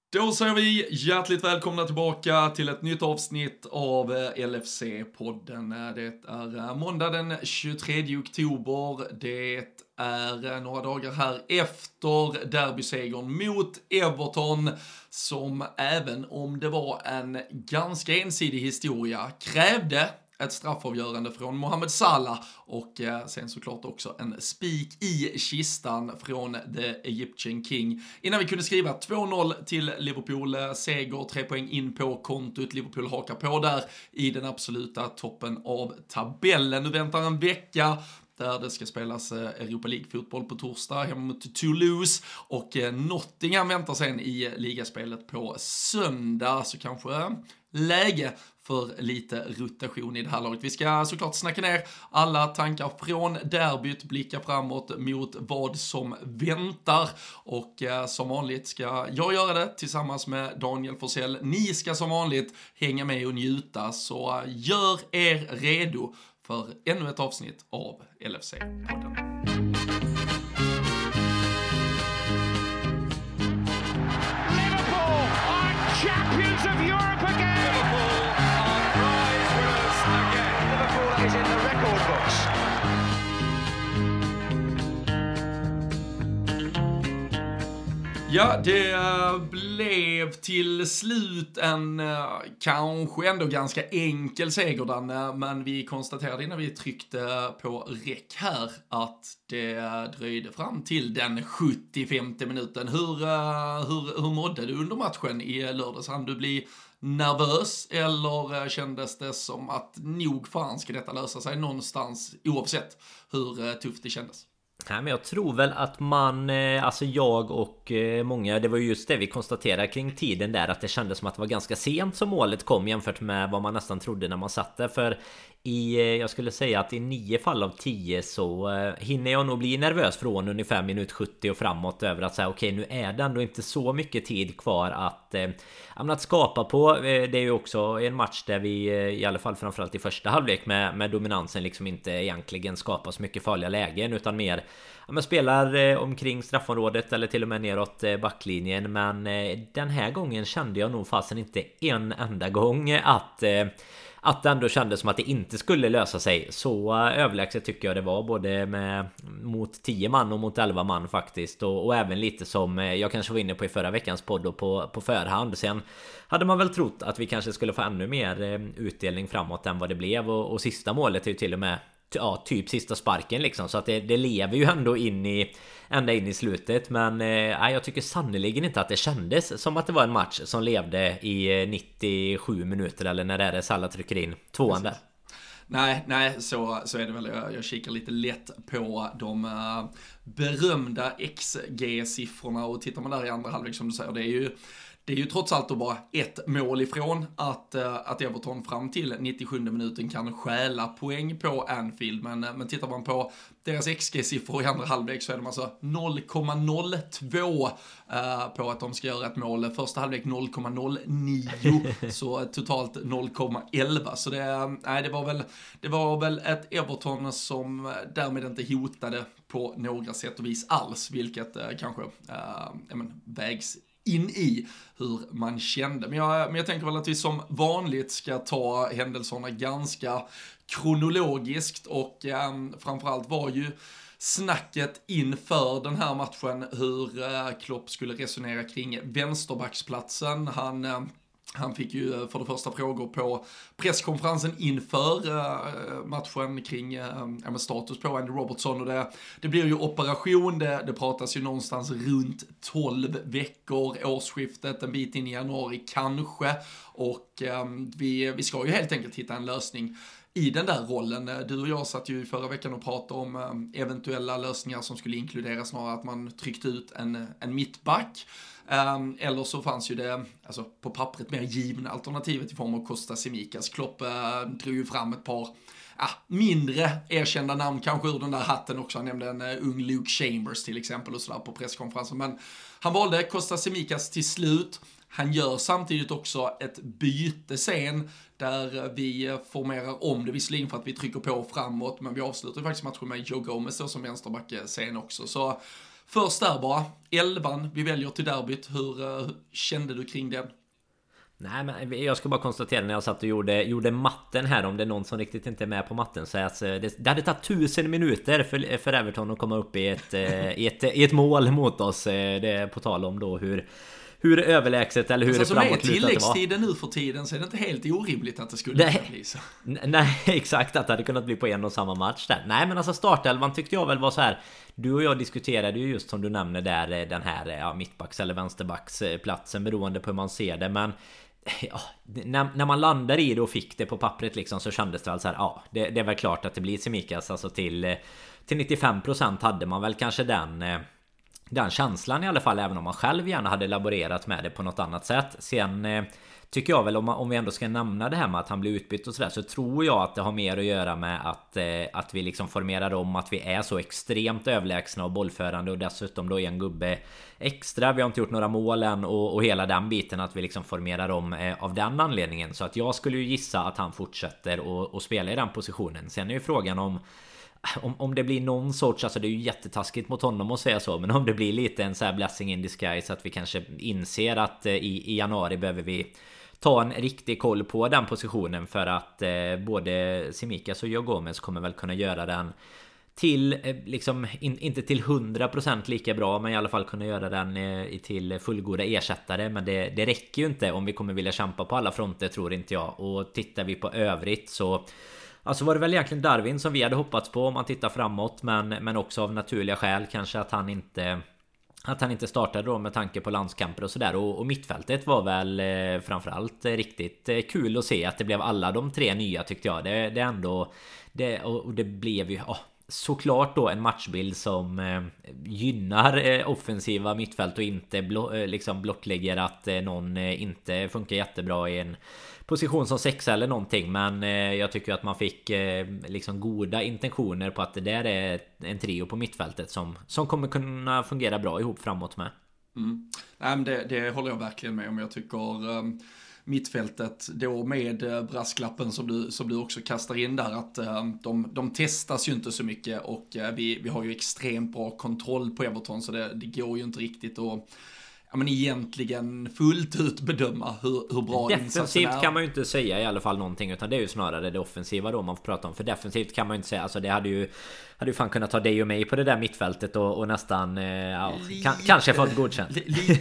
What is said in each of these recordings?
Då säger vi hjärtligt välkomna tillbaka till ett nytt avsnitt av LFC-podden. Det är måndag den 23 oktober. Det är några dagar här efter derbysegern mot Everton, som även om det var en ganska ensidig historia krävde ett straffavgörande från Mohamed Salah och sen såklart också en spik i kistan från The Egyptian King. Innan vi kunde skriva 2-0 till Liverpool, seger, 3 poäng in på kontot. Liverpool hakar på där i den absoluta toppen av tabellen. Nu väntar en vecka där det ska spelas Europa League-fotboll på torsdag hemma mot Toulouse och Nottingham väntar sen i ligaspelet på söndag, så kanske läge för lite rotation i det här laget. Vi ska såklart snacka ner alla tankar från derbyt, blicka framåt mot vad som väntar och som vanligt ska jag göra det tillsammans med Daniel Forsell. Ni ska som vanligt hänga med och njuta, så gör er redo för ännu ett avsnitt av LFC-podden. Liverpool are champions of Europe again! Liverpool are prize winners again! Liverpool is in the record books. Ja, det blev till slut en kanske ändå ganska enkel seger där, men vi konstaterade innan vi tryckte på räck här att det dröjde fram till den 75:e minuten. Hur mådde du under matchen i lördags? Hann du bli nervös eller kändes det som att nog fan ska detta lösa sig någonstans oavsett hur tufft det kändes? Nej, men jag tror väl att man, alltså jag och många, det var ju just det vi konstaterade kring tiden där, att det kändes som att det var ganska sent som målet kom jämfört med vad man nästan trodde när man satt där. För jag skulle säga att i 9 fall av 10 så hinner jag nog bli nervös från ungefär minut 70 och framåt över att säga okej, nu är det ändå inte så mycket tid kvar att skapa på. Det är ju också en match där vi i alla fall framförallt i första halvlek med dominansen liksom inte egentligen skapar så mycket farliga lägen, utan mer spelar omkring straffområdet eller till och med neråt backlinjen. Men den här gången kände jag nog fasen inte en enda gång att det ändå kändes som att det inte skulle lösa sig. Så överlägset tycker jag det var, både mot 10 man och mot 11 man faktiskt. Och även lite som jag kanske var inne på i förra veckans podd och på förhand. Sen hade man väl trott att vi kanske skulle få ännu mer utdelning framåt än vad det blev. Och sista målet är ju till och med typ sista sparken liksom. Så att det lever ju ändå ända in i slutet. Men jag tycker sannoliken inte att det kändes som att det var en match som levde i 97 minuter. Eller när det är det Salah trycker in 2:an där. Nej, så är det väl. Jag kikar lite lätt på de berömda XG-siffrorna och tittar man där i andra halvlek som du säger, det är ju trots allt då bara ett mål ifrån att Everton fram till 97 minuten kan stjäla poäng på Anfield. Men tittar man på deras XG-siffror i andra halvlek så är de alltså 0,02 på att de ska göra ett mål. Första halvlek 0,09, så totalt 0,11. Så det var väl ett Everton som därmed inte hotade på några sätt och vis alls, vilket kanske vägs in i hur man kände. Men jag tänker väl att vi som vanligt ska ta händelserna ganska kronologiskt, och framförallt var ju snacket inför den här matchen hur Klopp skulle resonera kring vänsterbacksplatsen. Han fick ju för det första frågor på presskonferensen inför matchen kring status på Andy Robertson, och det blir ju operation, det pratas ju någonstans runt 12 veckor, årsskiftet en bit in i januari kanske, och vi ska ju helt enkelt hitta en lösning i den där rollen. Du och jag satt ju förra veckan och pratade om eventuella lösningar som skulle inkludera snarare att man tryckte ut en mittback. Eller så fanns ju det på pappret mer givna alternativet i form av Kostas Tsimikas. Klopp drog ju fram ett par mindre erkända namn kanske ur den där hatten också. Han nämnde en ung Luke Chambers till exempel och sådär på presskonferensen. Men han valde Kostas Tsimikas till slut. Han gör samtidigt också ett byte sen där vi formerar om det visserligen för att vi trycker på framåt, men vi avslutar faktiskt matchen med Joe Gomez som vänsterback sen också. Så först där bara, 11 vi väljer till derbyt. Hur kände du kring den? Nej, men jag ska bara konstatera när jag satt och gjorde matten här, om det är någon som riktigt inte är med på matten, så att det hade tagit 1000 minuter för Everton att komma upp i ett mål mot oss. Det är på tal om då hur överlägset eller hur alltså, framåtlutat det var. Tilläggstiden nu för tiden så är det inte helt orimligt att det skulle bli så. Nej, exakt, att det hade kunnat bli på en och samma match där. Nej, men alltså startelvan tyckte jag väl var så här. Du och jag diskuterade ju just som du nämner där den här mittbacks eller vänsterbacksplatsen beroende på hur man ser det, men ja, när man landar i det och fick det på pappret liksom, så kändes det väl så här, ja, det är väl klart att det blir Tsimikas. Alltså till 95% hade man väl kanske den känslan i alla fall, även om man själv gärna hade laborerat med det på något annat sätt. Sen tycker jag väl, om vi ändå ska nämna det här med att han blir utbytt och sådär, så tror jag att det har mer att göra med att vi liksom formerar om att vi är så extremt överlägsna och bollförande, och dessutom då en gubbe extra. Vi har inte gjort några mål än och hela den biten, att vi liksom formerar om av den anledningen. Så att jag skulle ju gissa att han fortsätter och spela i den positionen. Sen är ju frågan om det blir någon sorts, alltså det är ju jättetaskigt mot honom att säga så, men om det blir lite en så här blessing in disguise, att vi kanske inser att i januari behöver vi ta en riktig koll på den positionen, för att både Tsimikas och Joe Gomez kommer väl kunna göra den till liksom inte till 100% lika bra, men i alla fall kunna göra den till fullgoda ersättare. Men det räcker ju inte om vi kommer vilja kämpa på alla fronter, tror inte jag. Och tittar vi på övrigt så alltså var det väl egentligen Darwin som vi hade hoppats på om man tittar framåt, men också av naturliga skäl kanske att han inte startade då med tanke på landskamper och sådär. Och mittfältet var väl framförallt riktigt kul att se att det blev alla de 3 nya, tyckte jag. Det ändå och det blev ju såklart då en matchbild som gynnar offensiva mittfält och inte liksom blottlägger att någon inte funkar jättebra i en position som 6 eller någonting. Men jag tycker att man fick liksom goda intentioner på att det där är en trio på mittfältet som kommer kunna fungera bra ihop framåt med. Nej, men det håller jag verkligen med om. Jag tycker mittfältet då med brasklappen som du också kastar in där, att de testas ju inte så mycket, och vi har ju extremt bra kontroll på Everton, så det går ju inte riktigt att egentligen fullt ut bedöma hur bra insatsen är. Defensivt kan man ju inte säga i alla fall någonting, utan det är ju snarare det offensiva då man får prata om. För defensivt kan man ju inte säga, alltså det hade ju fan kunnat ta dig och mig på det där mittfältet och nästan kanske fått godkänt.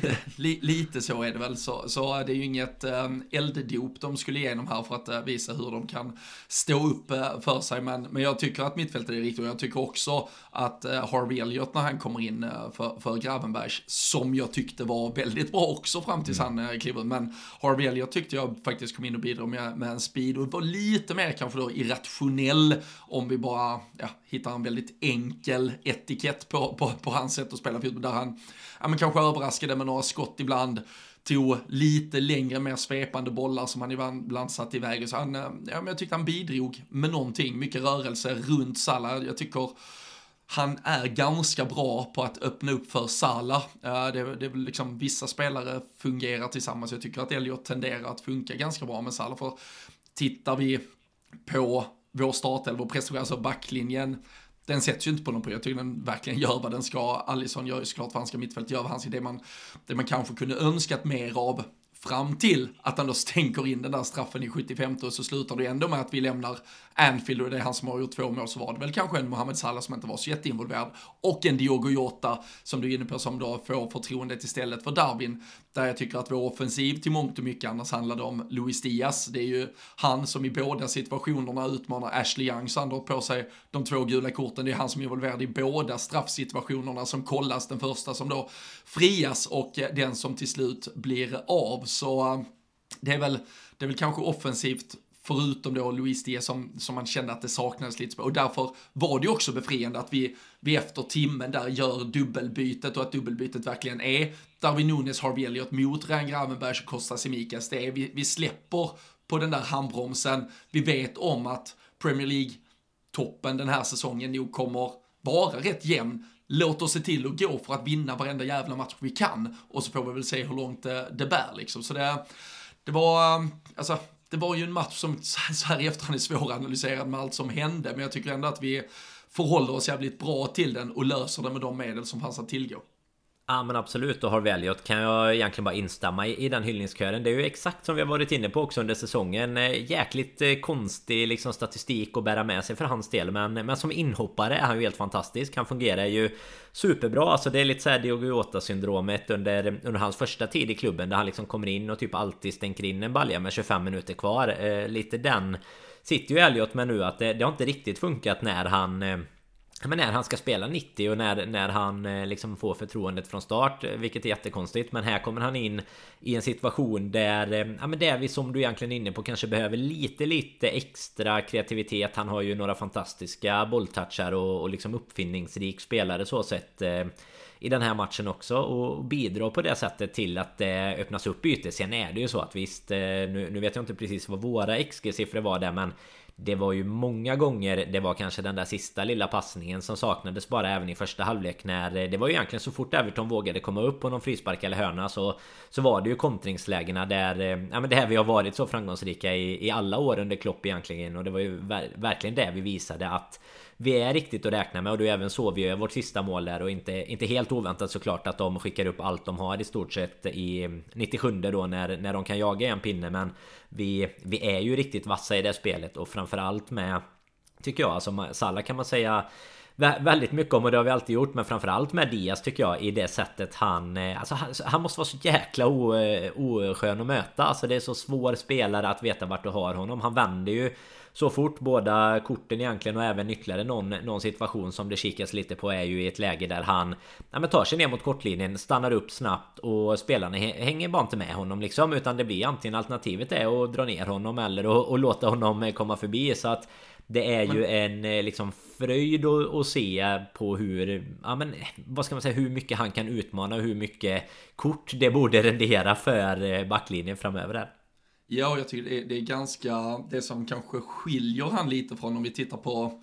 Lite så är det väl. Så det är ju inget elddop de skulle igenom här för att visa hur de kan stå upp för sig. Men jag tycker att mittfältet är riktigt, och jag tycker också att Harvey Elliott när han kommer in för Gravenbergs, som jag tyckte var väldigt bra också fram tills han klev ut. Men Harvey Elliott tyckte jag faktiskt kom in och bidrog med en speed och var lite mer kanske då irrationell, om vi bara hittar en väldigt enkel etikett på hans sätt att spela fotboll, där han kanske överraskade med några skott ibland, tog lite längre, mer svepande bollar som han ibland satt iväg, och så jag tyckte han bidrog med någonting, mycket rörelse runt Salah. Jag tycker han är ganska bra på att öppna upp för Salah. Det är väl liksom vissa spelare fungerar tillsammans. Jag tycker att Elliott tenderar att funka ganska bra med Salah. För tittar vi på vår startelva och prestation, alltså backlinjen, den sätts ju inte på någon på. Jag tycker den verkligen gör vad den ska. Alisson gör ju såklart vad han ska, mittfält gör vad han ska. Det man kanske kunde önskat mer av, fram till att han då stänker in den där straffen i 75, och så slutar det ändå med att vi lämnar Anfield, och det är han som har gjort 2 mål, så var det väl kanske en Mohamed Salah som inte var så jätteinvolverad, och en Diogo Jota som du är inne på, som då får förtroendet istället för Darwin, där jag tycker att vår offensiv till mångt och mycket annars handlade om Luis Diaz. Det är ju han som i båda situationerna utmanar Ashley Young, så han drar på sig de 2 gula korten. Det är han som är involverad i båda straffsituationerna, som kollas, den första som då frias och den som till slut blir av. Så det är väl kanske offensivt, förutom då Luis Diaz som man kände att det saknades lite på. Och därför var det också befriande att vi efter timmen där gör dubbelbytet, och att dubbelbytet verkligen är Darwin Núñez, Harvey Elliott mot Ryan Gravenberch och Costa Tsimikas. Det är vi släpper på den där handbromsen. Vi vet om att Premier League-toppen den här säsongen nog kommer vara rätt jämn. Låt oss se till att gå för att vinna varenda jävla match vi kan, och så får vi väl se hur långt det bär liksom. Så det var ju en match som så här i efterhand är svåranalysad med allt som hände, men jag tycker ändå att vi förhåller oss jävligt bra till den och löser det med de medel som fanns att tillgå. Ja men absolut, och Harvey Elliott kan jag egentligen bara instämma i den hyllningskören. Det är ju exakt som vi har varit inne på också under säsongen. Jäkligt konstig liksom statistik att bära med sig för hans del, men som inhoppare är han ju helt fantastisk. Han fungerar ju superbra. Alltså det är lite såhär Diogo Jota-syndromet under hans första tid i klubben, där han liksom kommer in och typ alltid stänker in en balja med 25 minuter kvar. Lite den sitter ju Elliott med nu, att det har inte riktigt funkat när han ska spela 90 och när han liksom får förtroendet från start, vilket är jättekonstigt. Men här kommer han in i en situation där, ja men det är vi som du egentligen är inne på, kanske behöver lite extra kreativitet. Han har ju några fantastiska bolltouchar och liksom uppfinningsrik spelare så sett i den här matchen också, och bidrar på det sättet till att det öppnas upp ytor. Sen är det ju så att visst, nu vet jag inte precis vad våra XG-siffror var där, men det var ju många gånger det var kanske den där sista lilla passningen som saknades bara även i första halvlek, när det var ju egentligen så fort Everton vågade komma upp på någon frispark eller hörna så var det ju kontringslägena där, ja men det här vi har varit så framgångsrika i alla år under Klopp egentligen, och det var ju verkligen det vi visade att vi är riktigt att räkna med. Och då även så vi gör vårt sista mål där, och inte helt oväntat såklart att de skickar upp allt de har i stort sett i 97 då när de kan jaga en pinne, men vi är ju riktigt vassa i det spelet, och framförallt med, tycker jag, alltså Salah kan man säga väldigt mycket om, och det har vi alltid gjort, men framförallt med Diaz tycker jag, i det sättet han måste vara så jäkla oskön att möta. Alltså det är så svår spelare att veta vart du har honom. Han vänder ju så fort båda korten egentligen, och även ytterligare någon situation som det kikas lite på är ju i ett läge där han tar sig ner mot kortlinjen, stannar upp snabbt, och spelarna hänger bara inte med honom liksom, utan det blir antingen alternativet är att dra ner honom eller att låta honom komma förbi. Så att det är ju en liksom fröjd att se på hur, ja men vad ska man säga, hur mycket han kan utmana och hur mycket kort det borde rendera för backlinjen framöver där. Ja, jag tycker det är ganska, det som kanske skiljer han lite från, om vi tittar på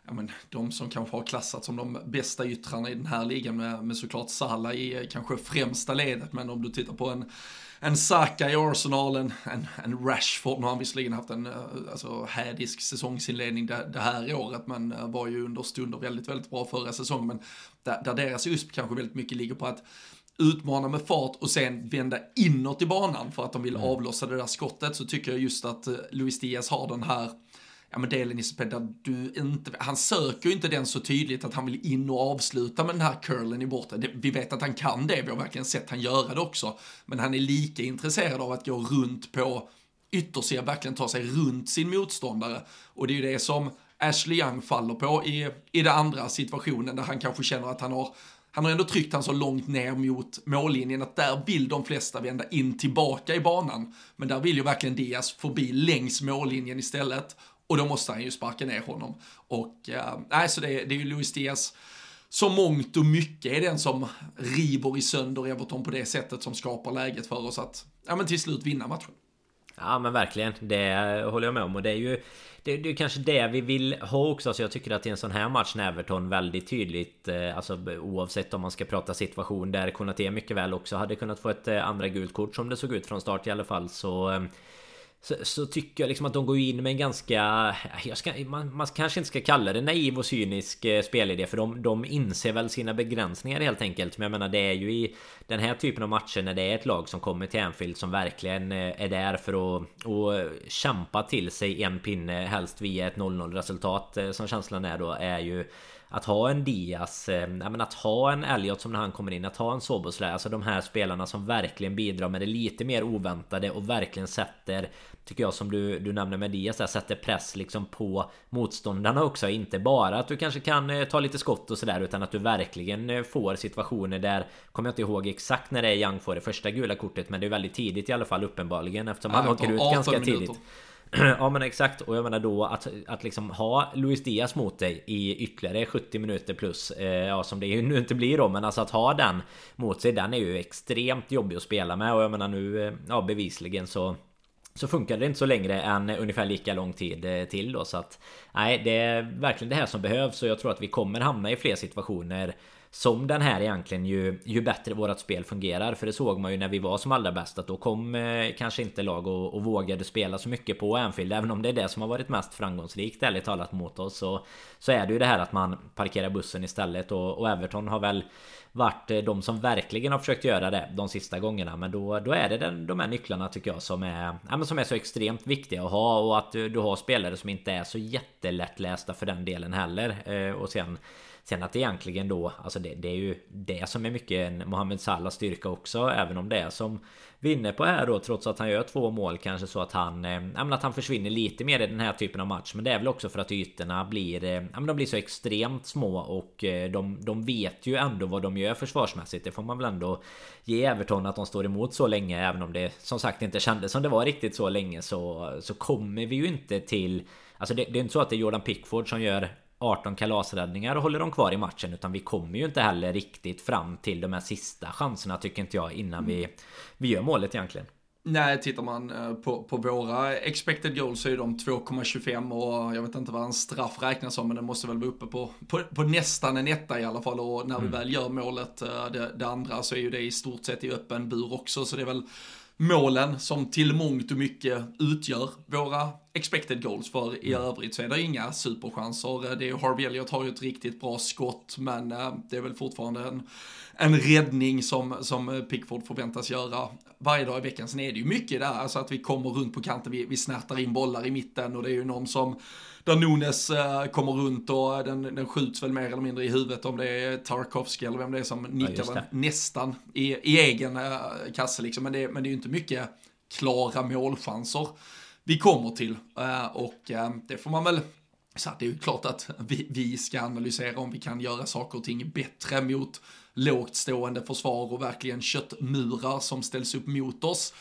de som kanske har klassat som de bästa yttrarna i den här ligan, med såklart Salah i kanske främsta ledet. Men om du tittar på en Saka i Arsenal, en Rashford, nu har han visserligen haft en hädisk säsongsinledning det här året, men var ju under stunder väldigt, väldigt bra förra säsongen. Men där deras USP kanske väldigt mycket ligger på att utmana med fart och sen vända inåt i banan för att de vill avlossa det där skottet, så tycker jag just att Luis Diaz har den här delen i spelet där han söker ju inte den så tydligt att han vill in och avsluta med den här curlen i borta. Vi vet att han kan det, vi har verkligen sett han göra det också, men han är lika intresserad av att gå runt på yttersidan, verkligen ta sig runt sin motståndare, och det är ju det som Ashley Young faller på i den andra situationen, där han kanske känner att han har ändå tryckt han så långt ner mot mållinjen att där vill de flesta vända in tillbaka i banan. Men där vill ju verkligen Diaz förbi längs mållinjen istället. Och då måste han ju sparka ner honom. Och så det är ju Luis Diaz så mångt och mycket är den som river i sönder Everton på det sättet, som skapar läget för oss att till slut vinna matchen. Ja men verkligen, det håller jag med om, och det är ju det är kanske det vi vill ha också. Så jag tycker att i en sån här match när Everton väldigt tydligt, alltså oavsett om man ska prata situation där Konaté mycket väl också hade kunnat få ett andra gult kort som det såg ut från start i alla fall, så tycker jag liksom att de går in med en ganska, man kanske inte ska kalla det naiv och cynisk spelidé, för de inser väl sina begränsningar helt enkelt. Men jag menar, det är ju i den här typen av matcher när det är ett lag som kommer till Anfield som verkligen är där för att kämpa till sig en pinne, helst via ett 0-0 resultat, som känslan är då, är ju att ha en Diaz, att ha en Elliott som när han kommer in, att ha en Szoboszlai, alltså de här spelarna som verkligen bidrar med det lite mer oväntade och verkligen sätter, tycker jag, som du nämner med Diaz där, sätter press liksom på motståndarna också. Inte bara att du kanske kan ta lite skott och sådär, utan att du verkligen får situationer där, kommer jag inte ihåg exakt när det är Young får det första gula kortet, men det är väldigt tidigt i alla fall uppenbarligen, eftersom han åker ut ganska tidigt. Ja men exakt, och jag menar då att liksom ha Luis Diaz mot dig i ytterligare 70 minuter plus, som det ju nu inte blir då, men alltså att ha den mot sig, den är ju extremt jobbig att spela med. Och jag menar nu, bevisligen så funkar det inte så längre än ungefär lika lång tid till då. Så att nej, det är verkligen det här som behövs, och jag tror att vi kommer hamna i fler situationer som den här egentligen, ju bättre vårat spel fungerar. För det såg man ju när vi var som allra bäst, att då kom kanske inte lag och vågade spela så mycket på Anfield. Även om det är det som har varit mest framgångsrikt, ärligt talat, mot oss, så är det ju det här att man parkerar bussen istället. Och Everton har väl varit de som verkligen har försökt göra det de sista gångerna. Men då är det de här nycklarna, tycker jag, som är så extremt viktiga att ha. Och att du har spelare som inte är så jättelättlästa för den delen heller. Och sen att egentligen då, alltså det är ju det som är mycket en Mohamed Salahs styrka också. Även om det är som vinner på här då, trots att han gör 2 mål, kanske så att han försvinner lite mer i den här typen av match. Men det är väl också för att ytorna blir så extremt små. Och de vet ju ändå vad de gör försvarsmässigt. Det får man väl ändå ge Everton, att de står emot så länge. Även om det som sagt inte kändes som det var riktigt så länge, så kommer vi ju inte till... Alltså det är inte så att det är Jordan Pickford som gör 18 kalasräddningar och håller dem kvar i matchen, utan vi kommer ju inte heller riktigt fram till de här sista chanserna, tycker inte jag, innan vi gör målet egentligen. Nej, tittar man på våra expected goals så är de 2,25 och jag vet inte vad en straff räknas som, men den måste väl vara uppe på nästan en etta i alla fall. Och när vi väl gör målet, det andra, så är ju det i stort sett i öppen bur också, så det är väl målen som till mångt och mycket utgör våra expected goals. För i övrigt så är det inga superchanser. Det är Harvey Elliott har ju ett riktigt bra skott, men det är väl fortfarande en räddning som Pickford förväntas göra varje dag i veckan. Sen är det ju mycket där, alltså att vi kommer runt på kanten, vi snärtar in bollar i mitten, och det är ju någon som där Nunes kommer runt och den skjuts väl mer eller mindre i huvudet, om det är Tarkovsky eller vem det är som nickar den nästan i egen kasse liksom. Men det är ju inte mycket klara målchanser vi kommer till, och det får man väl, så det är ju klart att vi ska analysera om vi kan göra saker och ting bättre mot lågt stående försvar och verkligen köttmurar som ställs upp mot oss.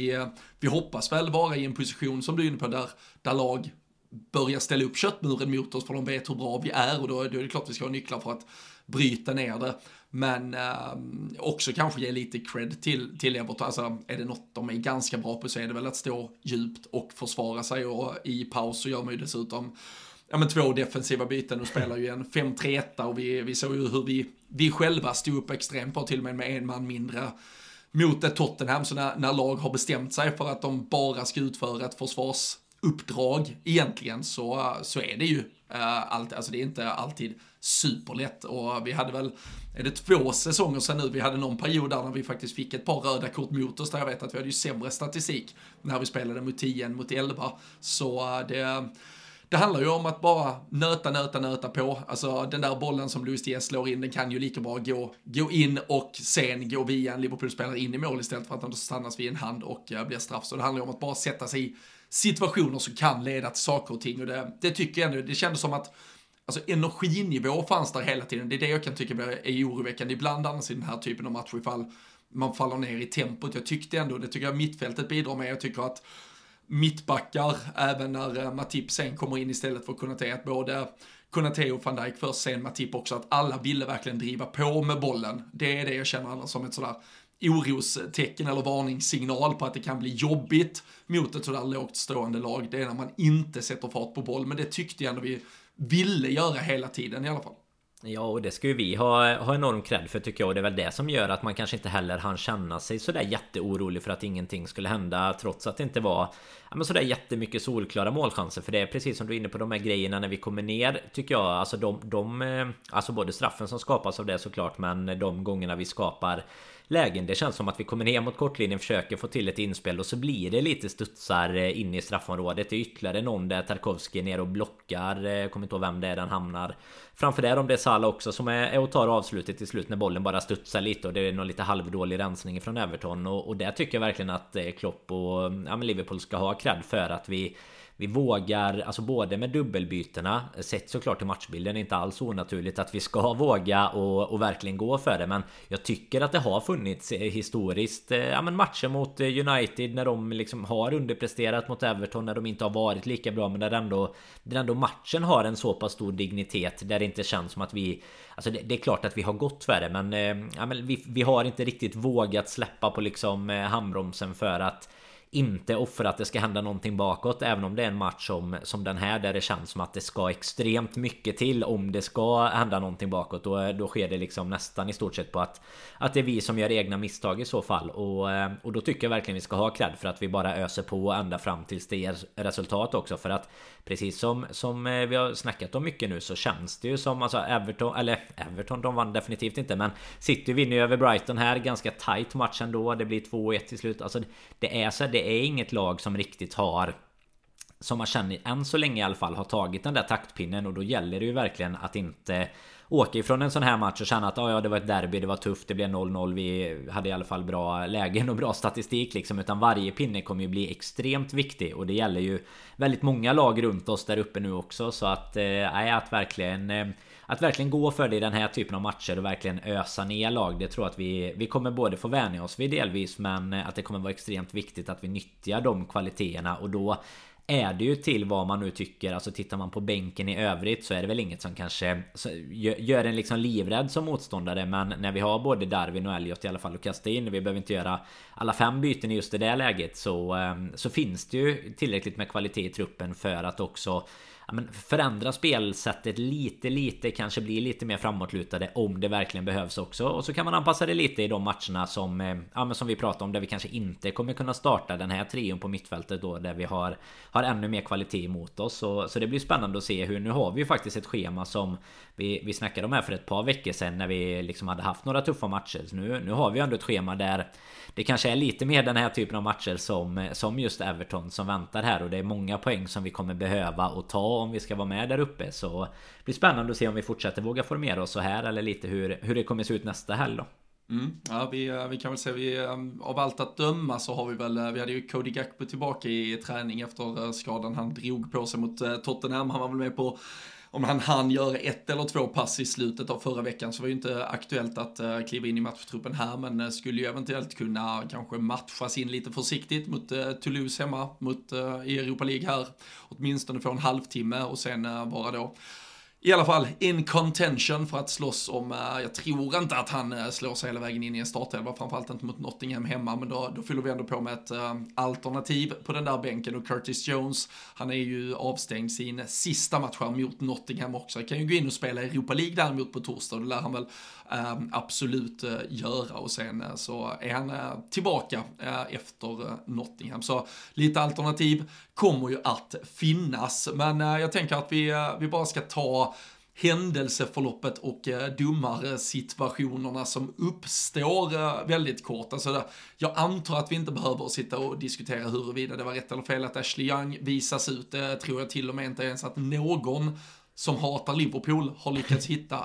Vi hoppas väl vara i en position, som du är inne på, där lag börjar ställa upp köttmuren mot oss, för de vet hur bra vi är, och då är det klart vi ska ha nycklar för att bryta ner det. Men också kanske ge lite cred till Everton. Alltså, är det något de är ganska bra på, så är det väl att stå djupt och försvara sig, och i paus så gör man ju dessutom 2 defensiva byten och spelar ju en 5-3-1, och vi såg ju hur vi själva stod upp extremt bra, till och med en man mindre mot ett Tottenham. Så när lag har bestämt sig för att de bara ska utföra ett försvarsuppdrag egentligen, så är det ju alltså det är inte alltid superlätt. Och vi hade väl, är det 2 säsonger sedan nu, vi hade någon period där när vi faktiskt fick ett par röda kort mot oss, där jag vet att vi hade ju sämre statistik när vi spelade mot 10 än mot 11. Så det handlar ju om att bara nöta på. Alltså den där bollen som Luis Diaz slår in, den kan ju lika bra gå in och sen gå via en Liverpool-spelare in i mål, istället för att de stannas vid en hand och blir straff. Så det handlar ju om att bara sätta sig i situationer som kan leda till saker och ting. Och det tycker jag ändå, det kändes som att alltså energinivå fanns där hela tiden. Det är det jag kan tycka är oroväckande ibland annars i den här typen av matcher, ifall man faller ner i tempot. Jag tyckte ändå, det tycker jag mittfältet bidrar med. Jag tycker att mittbackar, även när Matip sen kommer in istället för Konaté, att både Konaté och Van Dijk först, sen Matip också, att alla ville verkligen driva på med bollen. Det är det jag känner annars som ett sådär orostecken eller varningssignal på att det kan bli jobbigt mot ett sådär lågt stående lag. Det är när man inte sätter fart på boll, men det tyckte jag ändå vi ville göra hela tiden i alla fall. Ja, och det ska ju vi ha enorm cred för, tycker jag. Och det är väl det som gör att man kanske inte heller hann känna sig sådär jätteorolig för att ingenting skulle hända, trots att det inte var sådär jättemycket solklara målchanser. För det är precis som du är inne på, de här grejerna när vi kommer ner, tycker jag. Alltså alltså både straffen som skapas av det såklart, men de gångerna vi skapar lägen, det känns som att vi kommer ner mot kortlinjen, försöker få till ett inspel, och så blir det lite studsar in i straffområdet. Det är ytterligare någon där Tarkovsky är ner och blockar, kommer inte ihåg vem det är den hamnar framför där, om det är Salah också som är och tar avslutet till slut när bollen bara studsar lite, och det är någon lite halvdålig rensning från Everton. Och där tycker jag verkligen att Klopp och Liverpool ska ha cred för att vi vågar, alltså både med dubbelbytena, sett såklart i matchbilden, inte alls onaturligt att vi ska våga och verkligen gå för det. Men jag tycker att det har funnits historiskt matcher mot United när de liksom har underpresterat mot Everton, när de inte har varit lika bra, men där ändå matchen har en så pass stor dignitet, där det inte känns som att vi, alltså det är klart att vi har gått för det, men vi har inte riktigt vågat släppa på liksom handbromsen, för att inte offra att det ska hända någonting bakåt, även om det är en match som den här där det känns som att det ska extremt mycket till om det ska hända någonting bakåt. Då sker det liksom nästan i stort sett på att det är vi som gör egna misstag i så fall, och då tycker jag verkligen vi ska ha cred för att vi bara öser på ända fram tills det är resultat också. För att precis som vi har snackat om mycket nu, så känns det ju som, alltså Everton de vann definitivt inte, men City vinner över Brighton här, ganska tight match ändå, det blir 2-1 till slut. Alltså det är inget lag som riktigt har, som man känner än så länge i alla fall, har tagit den där taktpinnen, och då gäller det ju verkligen att inte åka ifrån en sån här match och känna att ja, det var ett derby, det var tufft, det blev 0-0, vi hade i alla fall bra lägen och bra statistik liksom, utan varje pinne kommer ju bli extremt viktig, och det gäller ju väldigt många lag runt oss där uppe nu också. Så att verkligen gå för det i den här typen av matcher och verkligen ösa ner lag, det tror jag att vi kommer både få vänja oss vid delvis, men att det kommer vara extremt viktigt att vi nyttjar de kvaliteterna. Och då är det ju till vad man nu tycker. Alltså tittar man på bänken i övrigt så är det väl inget som kanske gör en liksom livrädd som motståndare. Men när vi har både Darwin och Elliot i alla fall att kasta in, vi behöver inte göra alla 5 byten i just det där läget, så finns det ju tillräckligt med kvalitet i truppen för att också förändra spelsättet lite, kanske bli lite mer framåtlutade om det verkligen behövs också. Och så kan man anpassa det lite i de matcherna som vi pratar om, där vi kanske inte kommer kunna starta den här trion på mittfältet då, där vi har ännu mer kvalitet emot oss. Så det blir spännande att se hur, nu har vi ju faktiskt ett schema som vi snackade om här för ett par veckor sedan, när vi liksom hade haft några tuffa matcher. Så nu har vi ändå ett schema där det kanske är lite mer den här typen av matcher som just Everton som väntar här, och det är många poäng som vi kommer behöva och ta om vi ska vara med där uppe. Så det blir spännande att se om vi fortsätter våga formera oss så här, eller lite hur det kommer se ut nästa helg då. Ja, vi kan väl säga av allt att döma så har vi hade ju Cody Gakpo tillbaka i träning efter skadan han drog på sig mot Tottenham. Han var väl med på, om han hann göra 1 eller 2 pass i slutet av förra veckan, så var ju inte aktuellt att kliva in i matchtruppen här, men skulle ju eventuellt kunna kanske matchas in lite försiktigt mot Toulouse hemma i Europa League här, åtminstone få en halvtimme och sen vara då i alla fall in contention för att slåss om, jag tror inte att han slår sig hela vägen in i en startelva, framförallt inte mot Nottingham hemma, men då fyller vi ändå på med ett alternativ på den där bänken. Och Curtis Jones, han är ju avstängd sin sista match mot Nottingham också, kan ju gå in och spela Europa League däremot på torsdag, och det lär han väl absolut göra, och sen så är han tillbaka efter Nottingham, så lite alternativ kommer ju att finnas. Men jag tänker att vi bara ska ta händelseförloppet och domarsituationerna som uppstår väldigt kort. Alltså jag antar att vi inte behöver sitta och diskutera huruvida det var rätt eller fel att Ashley Young visas ut. Det tror jag till och med inte ens att någon som hatar Liverpool har lyckats hitta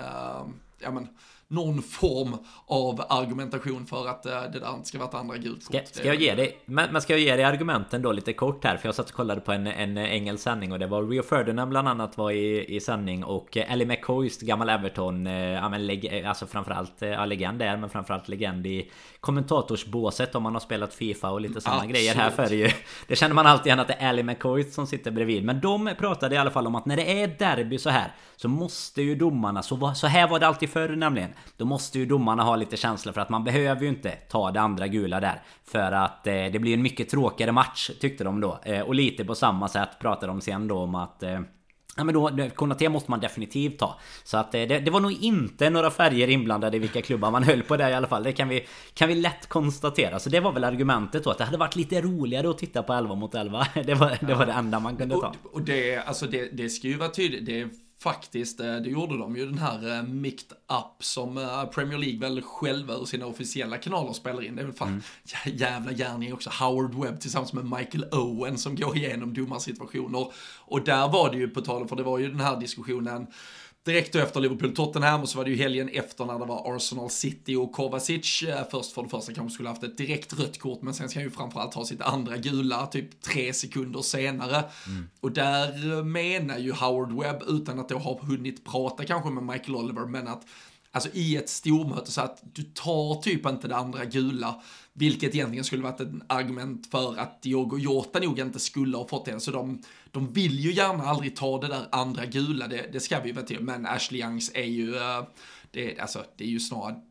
någon form av argumentation för att det där inte ska vara ett andra gult kort. Ska jag ge dig, men ska jag ge dig argumenten då lite kort här, för jag satt och kollade på en engelsk sändning, och det var Rio Ferdinand bland annat var i sändning, och Ellie McCoist, gammal Everton, alltså framförallt legend där, men framförallt legend i kommentatorsbåset om man har spelat FIFA och lite sådana grejer här för det känner man alltid igen att det är Ellie McCoist som sitter bredvid. Men de pratade i alla fall om att när det är derby så här, så måste ju domarna, så här var det alltid förr nämligen, då måste ju domarna ha lite känsla för att man behöver ju inte ta det andra gula där, för att det blir en mycket tråkigare match, tyckte de då. Och lite på samma sätt pratade de sen då om att men då, Konaté måste man definitivt ta. Så att det var nog inte några färger inblandade i vilka klubbar man höll på där i alla fall. Det kan vi lätt konstatera. Så det var väl argumentet då, att det hade varit lite roligare att titta på 11 mot 11. Det var det enda man kunde ta. Och det ska ju vara tydligt. Det är faktiskt, det gjorde de ju, den här mixed up som Premier League väl själva ur sina officiella kanaler spelar in. Det är väl fan jävla gärning också. Howard Webb tillsammans med Michael Owen som går igenom domarsituationer. Och där var det ju på tal, för det var ju den här diskussionen direkt efter Liverpool-Tottenham, och så var det ju helgen efter när det var Arsenal City och Kovacic. Först för det första kanske skulle haft ett direkt rött kort, men sen ska han ju framförallt ha sitt andra gula typ 3 sekunder senare. Och där menar ju Howard Webb, utan att då ha hunnit prata kanske med Michael Oliver, men att alltså i ett stormöte så att du tar typ inte det andra gula, vilket egentligen skulle varit ett argument för att Diogo Jota nog inte skulle ha fått det. Så de vill ju gärna aldrig ta det där andra gula, det ska vi ju veta till. Men Ashley Youngs är ju det är ju snarare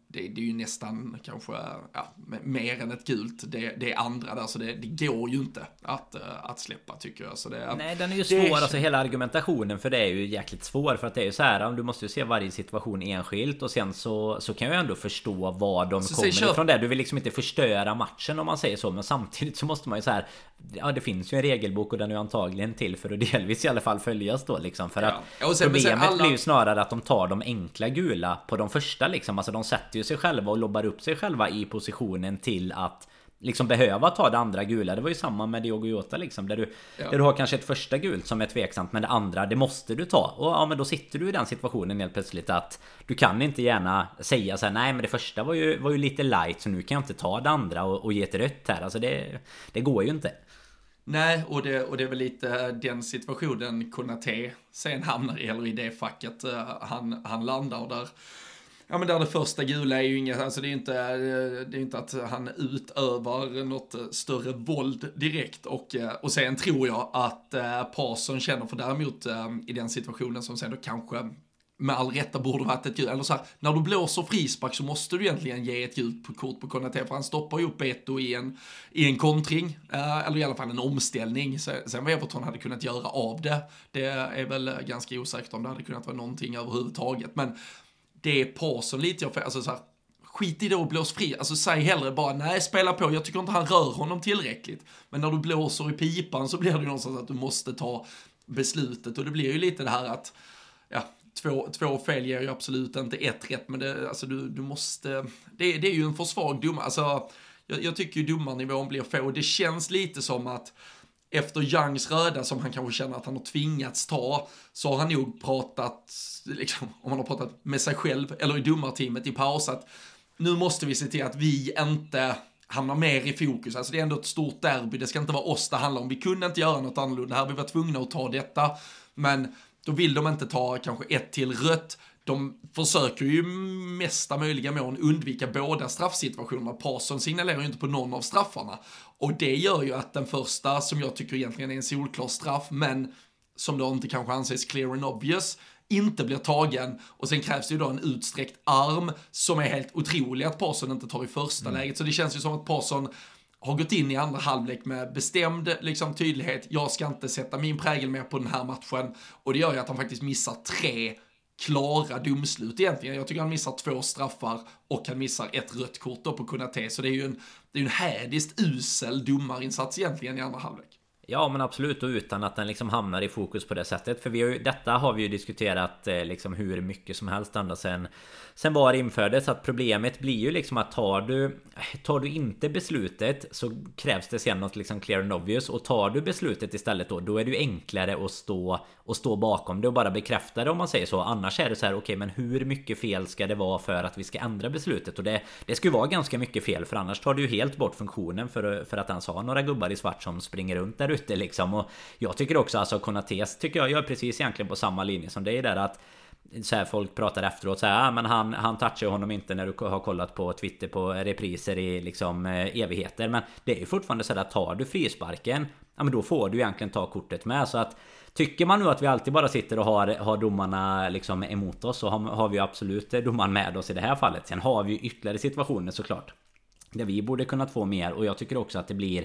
det är ju nästan kanske mer än ett gult, det är andra där, så det går ju inte att släppa, tycker jag. Så nej, den är ju svår, alltså hela argumentationen för det är ju jäkligt svår, för att det är ju så här, du måste ju se varje situation enskilt, och sen så kan jag ändå förstå vad de kommer ifrån det. Du vill liksom inte förstöra matchen om man säger så, men samtidigt så måste man ju så här, det finns ju en regelbok och den är ju antagligen till för att delvis i alla fall följas då liksom, för att problemet blir ju snarare att de tar de enkla gula på de första liksom, alltså de sätter ju sig själva och lobbar upp sig själva i positionen till att liksom behöva ta det andra gula. Det var ju samma med Diogo Jota liksom, där du har kanske ett första gult som är tveksamt, men det andra, det måste du ta. Och men då sitter du i den situationen helt plötsligt att du kan inte gärna säga så här: nej men det första var ju lite light, så nu kan jag inte ta det andra och ge ett rött här. Alltså det går ju inte. Nej, och det är väl lite den situationen Konaté sen hamnar i, eller i det facket han landar där. Ja, men där det första gula är ju inget, alltså det är inte att han utövar något större våld direkt, och sen tror jag att Parson känner, för däremot i den situationen som sen då kanske med all rätta borde varit ett gult, eller så här, när du blåser frispark så måste du egentligen ge ett gult kort på Konaté, för han stoppar ju upp Beto i en kontring, eller i alla fall en omställning. Sen vad Everton hade kunnat göra av det är väl ganska osäkert om det hade kunnat vara någonting överhuvudtaget, men det är Parson lite, alltså så här, skit i det och blås fri, alltså säg hellre bara nej, spela på, jag tycker inte han rör honom tillräckligt, men när du blåser i pipan så blir det ju någonstans att du måste ta beslutet, och det blir ju lite det här att två fel ger ju absolut inte ett rätt, men det, alltså du måste, det är ju en för svag domare, alltså jag tycker ju domarnivån blir få, och det känns lite som att efter Youngs röda, som han kanske känner att han har tvingats ta, så har han nog pratat, liksom, om han har pratat med sig själv eller i domarteamet i paus, att nu måste vi se till att vi inte hamnar mer i fokus. Alltså det är ändå ett stort derby, det ska inte vara oss det handlar om. Vi kunde inte göra något annorlunda här, vi var tvungna att ta detta, men då vill de inte ta kanske ett till rött. De försöker ju mesta möjliga mån undvika båda straffsituationerna. Parson signalerar ju inte på någon av straffarna. Och det gör ju att den första, som jag tycker egentligen är en solklar straff, men som då inte kanske anses clear and obvious, inte blir tagen. Och sen krävs det ju då en utsträckt arm som är helt otrolig att Parson inte tar i första läget. Så det känns ju som att Parson har gått in i andra halvlek med bestämd liksom, tydlighet. Jag ska inte sätta min prägel mer på den här matchen. Och det gör ju att han faktiskt missar 3 klara domslut egentligen. Jag tycker han missar 2 straffar och han missar ett rött kort då på Konaté. Så det är ju en härdiskt usel domarinsats egentligen i andra halvlek. Ja, men absolut, och utan att den liksom hamnar i fokus på det sättet. För detta har vi ju diskuterat liksom hur mycket som helst ända sen VAR infördes. Att problemet blir ju liksom att tar du inte beslutet så krävs det sen något liksom clear and obvious. Och tar du beslutet istället då är det ju enklare att stå bakom det och bara bekräfta det, om man säger så. Annars är det så här, okej, men hur mycket fel ska det vara för att vi ska ändra beslutet? Och det ska ju vara ganska mycket fel, för annars tar du ju helt bort funktionen för att ens ha några gubbar i svart som springer runt där ute liksom. Och jag tycker också, alltså Konatés tycker jag är precis egentligen på samma linje som det är där, att så här, folk pratar efteråt så här, men han touchar honom inte, när du har kollat på Twitter på repriser i liksom evigheter. Men det är ju fortfarande så att tar du frisparken, ja, men då får du egentligen ta kortet med. Så att tycker man nu att vi alltid bara sitter och har domarna liksom emot oss, så har vi absolut domaren med oss i det här fallet. Sen har vi ju ytterligare situationer såklart där vi borde kunnat få mer, och jag tycker också att det blir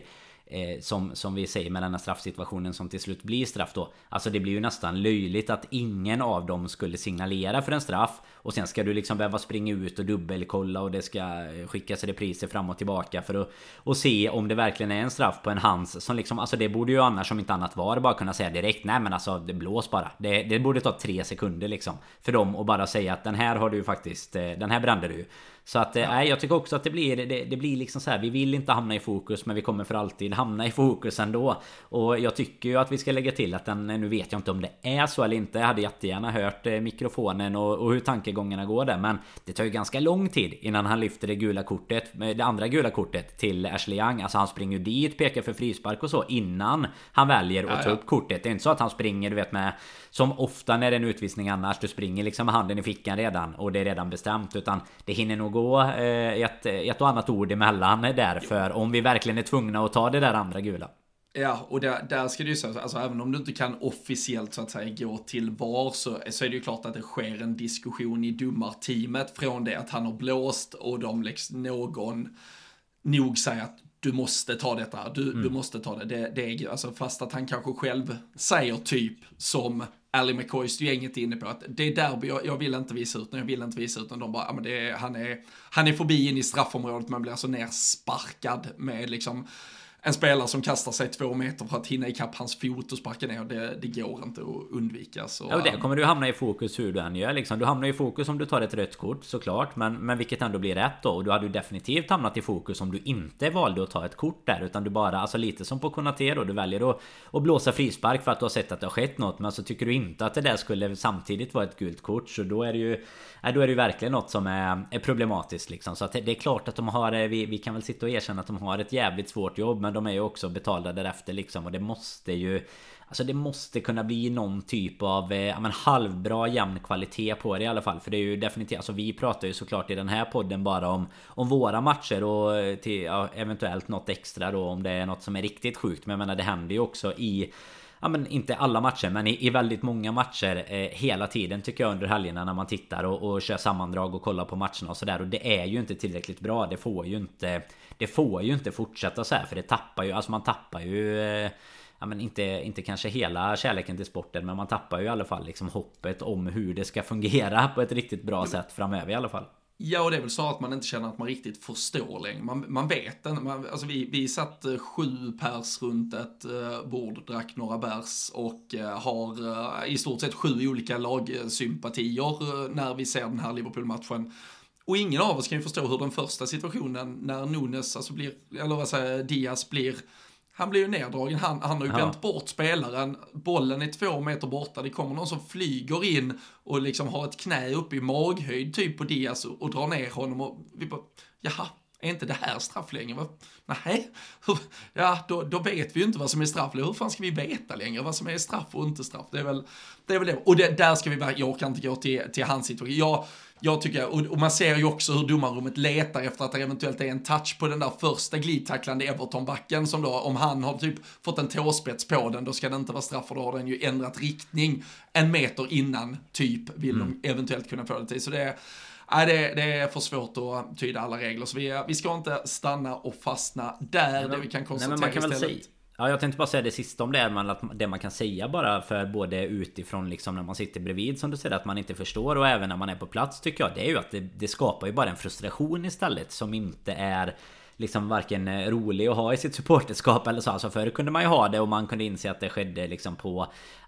som vi säger med den här straffsituationen som till slut blir straff då. Alltså det blir ju nästan löjligt att ingen av dem skulle signalera för en straff, och sen ska du liksom behöva springa ut och dubbelkolla, och det ska skickas repriser fram och tillbaka för att se om det verkligen är en straff på en hands som liksom, alltså det borde ju annars, som inte annat var, bara kunna säga direkt, nej men alltså det blås bara. Det borde ta 3 sekunder liksom för dem att bara säga att den här har du faktiskt, den här brände du. Så att jag tycker också att det blir liksom så här, vi vill inte hamna i fokus, men vi kommer för alltid hamna i fokus ändå. Och jag tycker ju att vi ska lägga till att nu vet jag inte om det är så eller inte. Jag hade jättegärna hört mikrofonen och hur tankegångarna går där, men det tar ju ganska lång tid innan han lyfter det andra gula kortet till Ashley Young. Alltså han springer ju dit, pekar för frispark och så innan han väljer att ta upp kortet. Det är inte så att han springer, du vet, med som ofta när det är en utvisning annars, du springer liksom med handen i fickan redan och det är redan bestämt, utan det hinner nog gå ett och annat ord emellan därför om vi verkligen är tvungna att ta det där andra gula. Ja, och där ska det ju säga, alltså även om du inte kan officiellt så att säga gå till VAR så är det ju klart att det sker en diskussion i domarteamet från det att han har blåst och de liksom någon nog säger att du måste ta detta, du måste ta det. Det är alltså fast att han kanske själv säger typ som Ally McCoys gänget inne på att det är derby, jag vill inte visa ut när de bara, men han är förbi in i straffområdet, man blir alltså nersparkad med liksom en spelare som kastar sig 2 meter för att hinna ikapp hans fot och sparka ner. Det går inte att undvika. Så, ja, och det kommer du hamna i fokus hur du än gör. Liksom. Du hamnar i fokus om du tar ett rött kort, såklart. Men vilket ändå blir rätt då. Och du hade ju definitivt hamnat i fokus om du inte valde att ta ett kort där. Utan du bara, alltså lite som på Konaté då. Du väljer att blåsa frispark för att du har sett att det har skett något. Men så tycker du inte att det där skulle samtidigt vara ett gult kort. Så då är det ju verkligen något som är problematiskt liksom. Så att det är klart att de har, vi kan väl sitta och erkänna att de har ett jävligt svårt jobb. Men de är ju också betalda därefter liksom. Och det måste ju, alltså det måste kunna bli någon typ av halvbra jämn kvalitet på det i alla fall. För det är ju definitivt, alltså vi pratar ju såklart i den här podden bara om våra matcher och till, eventuellt något extra då om det är något som är riktigt sjukt. Men jag menar, det händer ju också i, inte alla matcher, men i väldigt många matcher hela tiden tycker jag under helgerna när man tittar och kör sammandrag och kollar på matcherna och sådär. Och det är ju inte tillräckligt bra. Det får ju inte fortsätta så här, för det tappar ju, alltså man tappar ju inte kanske hela kärleken till sporten, men man tappar ju i alla fall liksom hoppet om hur det ska fungera på ett riktigt bra sätt framöver i alla fall. Ja, och det är väl så att man inte känner att man riktigt förstår längre. Man vet inte. Alltså vi satt 7 pers runt ett bord, drack några bärs och har i stort sett 7 olika lagsympatier när vi ser den här Liverpool-matchen. Och ingen av oss kan ju förstå hur den första situationen när Nunes alltså blir, eller vad säger Diaz blir, han blir ju neddragen, han har ju vänt bort spelaren, bollen är 2 meter borta, det kommer någon som flyger in och liksom har ett knä upp i maghöjd typ på Diaz och drar ner honom och vi bara, jaha, är inte det här straff längre? Nej, ja då vet vi ju inte vad som är straff. Hur fan ska vi veta längre vad som är straff och inte straff? Det är väl det. Och där ska vi, jag kan inte gå till hans situation. Jag tycker, och man ser ju också hur domarrummet letar efter att det eventuellt är en touch på den där första glidtacklande Everton-backen som då, om han har typ fått en tåspets på den, då ska det inte vara straff, för då har den ju ändrat riktning 1 meter innan typ vill de eventuellt kunna få det till. Så det är för svårt att tyda alla regler, så vi ska inte stanna och fastna där. Det vi kan konstatera man kan istället. Väl säga, ja, jag tänkte bara säga det sista om det, men att det man kan säga bara för både utifrån liksom när man sitter bredvid som du säger att man inte förstår, och även när man är på plats tycker jag, det är ju att det skapar ju bara en frustration istället som inte är liksom varken rolig att ha i sitt supporterskap eller så. Alltså förr kunde man ju ha det och man kunde inse att det skedde liksom på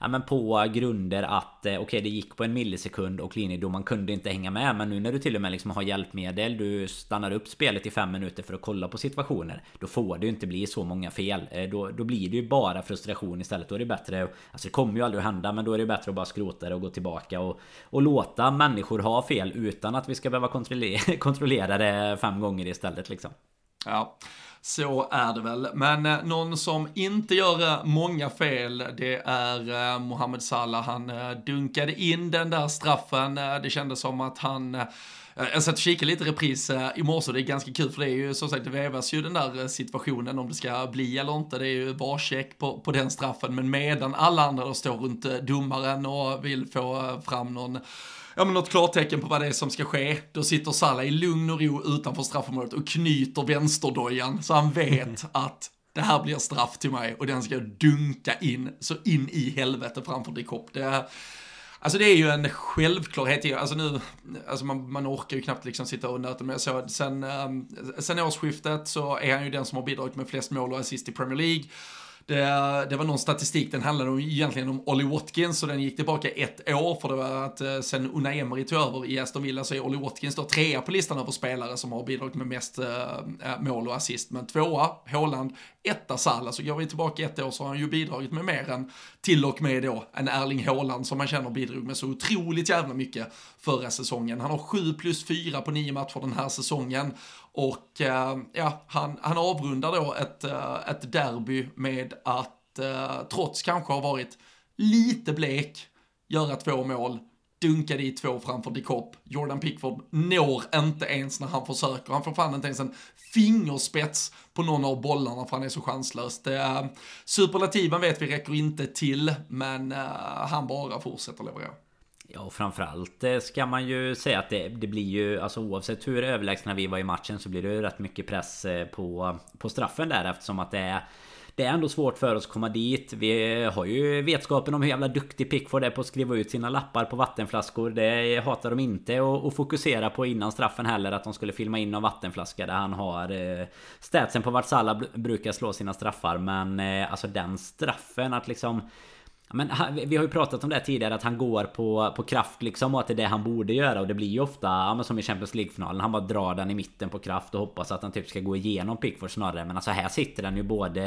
grunder att okej, det gick på 1 millisekund och linjedomaren kunde inte hänga med. Men nu när du till och med liksom har hjälpmedel, du stannar upp spelet i 5 minuter för att kolla på situationer, då får det ju inte bli så många fel. Då blir det ju bara frustration istället. Då är det bättre, alltså det kommer ju aldrig att hända, men då är det bättre att bara skrota det och gå tillbaka och låta människor ha fel utan att vi ska behöva kontrollera det 5 gånger istället liksom. Ja, så är det väl. Men någon som inte gör många fel, det är Mohamed Salah. Han dunkade in den där straffen. Det kändes som att han... Jag satt och kikade lite repris i morse, och det är ganska kul för det är ju som sagt, det vävas ju den där situationen om det ska bli eller inte. Det är ju varcheck på den straffen, men medan alla andra då står runt domaren och vill få fram något klartecken på vad det är som ska ske, då sitter Salah i lugn och ro utanför straffområdet och knyter vänsterdojan så han vet att det här blir straff till mig och den ska dunka in så in i helvete framför Dick Hopp. Alltså det är ju en självklarhet. Alltså man orkar ju knappt liksom sitta och nöta med. Så sen årsskiftet så är han ju den som har bidragit med flest mål och assist i Premier League. Det var någon statistik, den handlade egentligen om Ollie Watkins, och den gick tillbaka 1 år, för det var att sen Unai Emery tog över i Aston Villa så är Ollie Watkins då 3 på listan över spelare som har bidragit med mest mål och assist, men 2 Haaland, 1 Salah. Så går vi tillbaka 1 år så har han ju bidragit med mer än till och med då en Erling Haaland som man känner bidrog med så otroligt jävla mycket förra säsongen. Han har 7+4 på 9 matcher den här säsongen. Och han avrundar då ett derby med att trots kanske har varit lite blek, göra 2 mål. dunka dit 2 framför de Kock. Jordan Pickford når inte ens när han försöker. Han får fan inte ens en fingerspets på någon av bollarna för han är så chanslös. Superlativen vet vi räcker inte till, men han bara fortsätter leverera. Ja, och framförallt ska man ju säga att det blir ju, alltså oavsett hur överlägsna vi var i matchen så blir det ju rätt mycket press på straffen där, eftersom att det är ändå svårt för oss att komma dit. Vi har ju vetskapen om hur jävla duktig Pickford är på att skriva ut sina lappar på vattenflaskor. Det hatar de inte att fokusera på innan straffen heller, att de skulle filma in en vattenflaska där han har statsen på vart Salah brukar slå sina straffar. Men alltså den straffen att liksom... Men vi har ju pratat om det tidigare, att han går på kraft liksom, och att det är det han borde göra. Och det blir ju ofta, som i Champions League-finalen, han bara drar den i mitten på kraft och hoppas att han typ ska gå igenom Pickford snarare. Men alltså här sitter den ju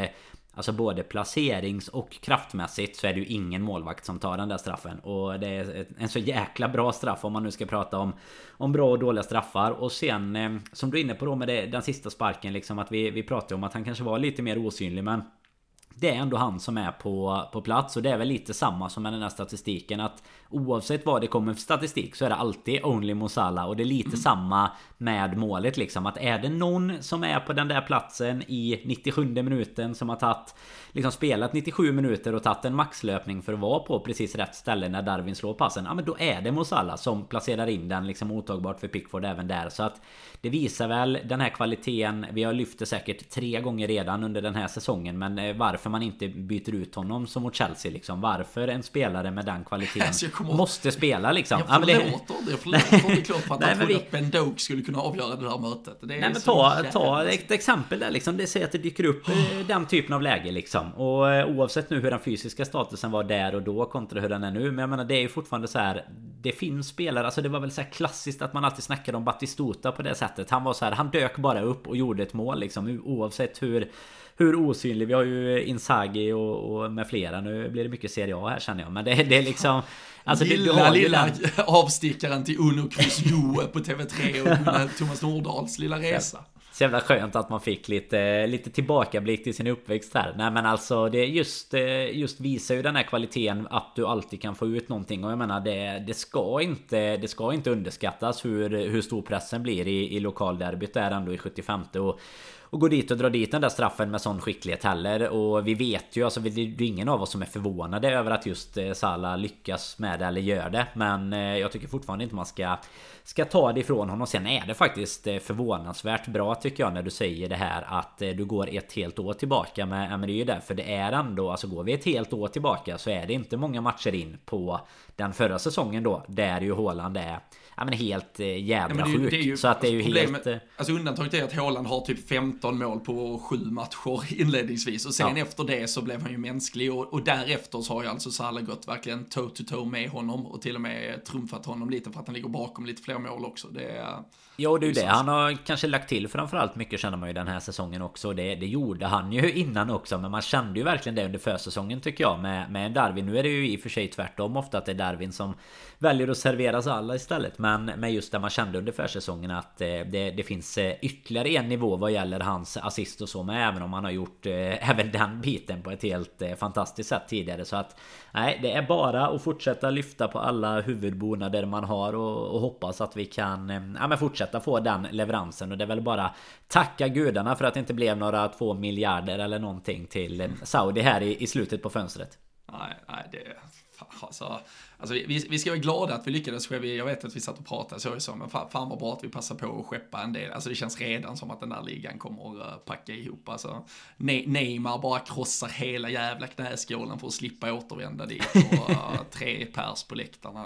både placerings- och kraftmässigt så är det ju ingen målvakt som tar den där straffen. Och det är en så jäkla bra straff om man nu ska prata om bra och dåliga straffar. Och sen, som du är inne på då med den sista sparken liksom, att vi pratar om att han kanske var lite mer osynlig, men det är ändå han som är på plats. Och det är väl lite samma som med den här statistiken, att oavsett vad det kommer för statistik så är det alltid only Mo Salah. Och det är lite samma med målet liksom, att är det någon som är på den där platsen i 97 minuten, som har spelat 97 minuter och tagit en maxlöpning för att vara på precis rätt ställe när Darwin slår passen, ja men då är det Mo Salah som placerar in den liksom otagbart för Pickford även där. Så att det visar väl den här kvaliteten. Vi har lyft det säkert 3 gånger redan under den här säsongen, men varför man inte byter ut honom som mot Chelsea liksom, varför en spelare med den kvaliteten måste spela liksom. Jag förlåter det klart för att jag trodde att Ben Doak skulle kunna avgöra det här mötet. Det är nej, men ta ett exempel där liksom. Det säger att det dyker upp den typen av läge liksom. Och oavsett nu hur den fysiska statusen var där och då kontra hur den är nu, men jag menar det är ju fortfarande så här, det finns spelare, alltså det var väl så här klassiskt att man alltid snackade om Batistuta på det sättet. Han var så här, han dök bara upp och gjorde ett mål liksom, oavsett hur osynlig. Vi har ju Inzaghi och med flera. Nu blir det mycket Serie A här känner jag. Men det är liksom... Alltså lilla avstickaren till Uno Cruz på TV3 och Thomas Nordahls lilla resa. Så jävla skönt att man fick lite tillbakablick till sin uppväxt här. Nej men alltså det just visar ju den här kvaliteten, att du alltid kan få ut någonting. Och jag menar det ska inte underskattas hur stor pressen blir i lokalderbyt där ändå i 75. Och gå dit och dra dit den där straffen med sån skicklighet heller. Och vi vet ju, alltså det är ingen av oss som är förvånade över att just Salah lyckas med det eller gör det. Men jag tycker fortfarande inte man ska ta det ifrån honom. Och sen är det faktiskt förvånansvärt bra tycker jag när du säger det här att du går ett helt år tillbaka med Emery där. För det är ändå, alltså går vi ett helt år tillbaka så är det inte många matcher in på den förra säsongen då, där ju Haaland är helt jävla sjuk. Så att det är ju helt... Alltså undantaget är att Haaland har typ 15 mål på 7 matcher inledningsvis. Och sen efter det så blev han ju mänsklig. Och därefter så har ju alltså Salah gått verkligen toe-to-toe med honom. Och till och med trumfat honom lite för att han ligger bakom lite fler mål också. Ja, det är ju det. Han har kanske lagt till framförallt mycket, känner man ju den här säsongen också. Det gjorde han ju innan också. Men man kände ju verkligen det under försäsongen tycker jag med Darwin. Nu är det ju i och för sig tvärtom ofta att det är Darwin som väljer att servera Salah istället. Men med just det man kände under försäsongen att det finns ytterligare en nivå vad gäller hans assist och så. Men även om han har gjort även den biten på ett helt fantastiskt sätt tidigare. Så att nej, det är bara att fortsätta lyfta på alla huvudbonader man har och hoppas att vi kan fortsätta få den leveransen. Och det är väl bara tacka gudarna för att det inte blev några 2 miljarder eller någonting till Saudi här i slutet på fönstret. Nej, det är... Alltså vi ska vara glada att vi lyckades. Jag vet att vi satt och pratade så, men fan vad bra att vi passar på att skeppa en del. Alltså det känns redan som att den där ligan kommer att packa ihop. Alltså Neymar bara krossar hela jävla knäskålen för att slippa återvända dit. Och 3 pers på läktarna.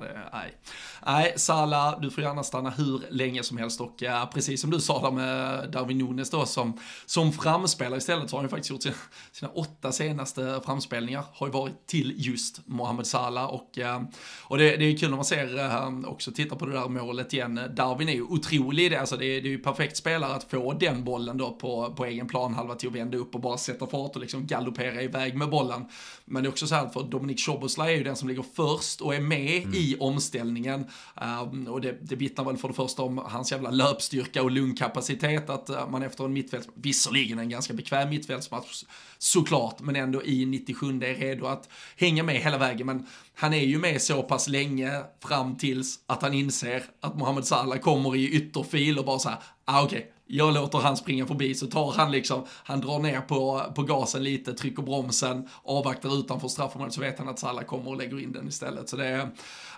Nej, Salah, du får gärna stanna hur länge som helst. Och precis som du sa där med Darwin Núñez då, som framspelare istället, så har han ju faktiskt gjort sina 8 senaste framspelningar har ju varit till just Mohamed Salah. Och det är ju kul när man ser också, titta på det där målet igen. Darwin är ju otrolig, alltså det är ju perfekt spelare att få den bollen då på egen planhalva till att vända upp och bara sätta fart och liksom galoppera iväg med bollen. Men det är också så här, för Dominik Szoboszlai är ju den som ligger först och är med i omställningen. Och det vittnar väl för det första om hans jävla löpstyrka och lungkapacitet, att man efter en visserligen en ganska bekväm mittfältsmatch såklart, men ändå i 97 är redo att hänga med hela vägen, men han är ju med så pass länge fram tills att han inser att Mohamed Salah kommer i ytterfil och bara så här, okej. Jag låter han springa förbi, så tar han liksom, han drar ner på gasen lite, trycker bromsen, avvaktar utanför straffområdet, så vet han att Salah kommer och lägger in den istället. Så det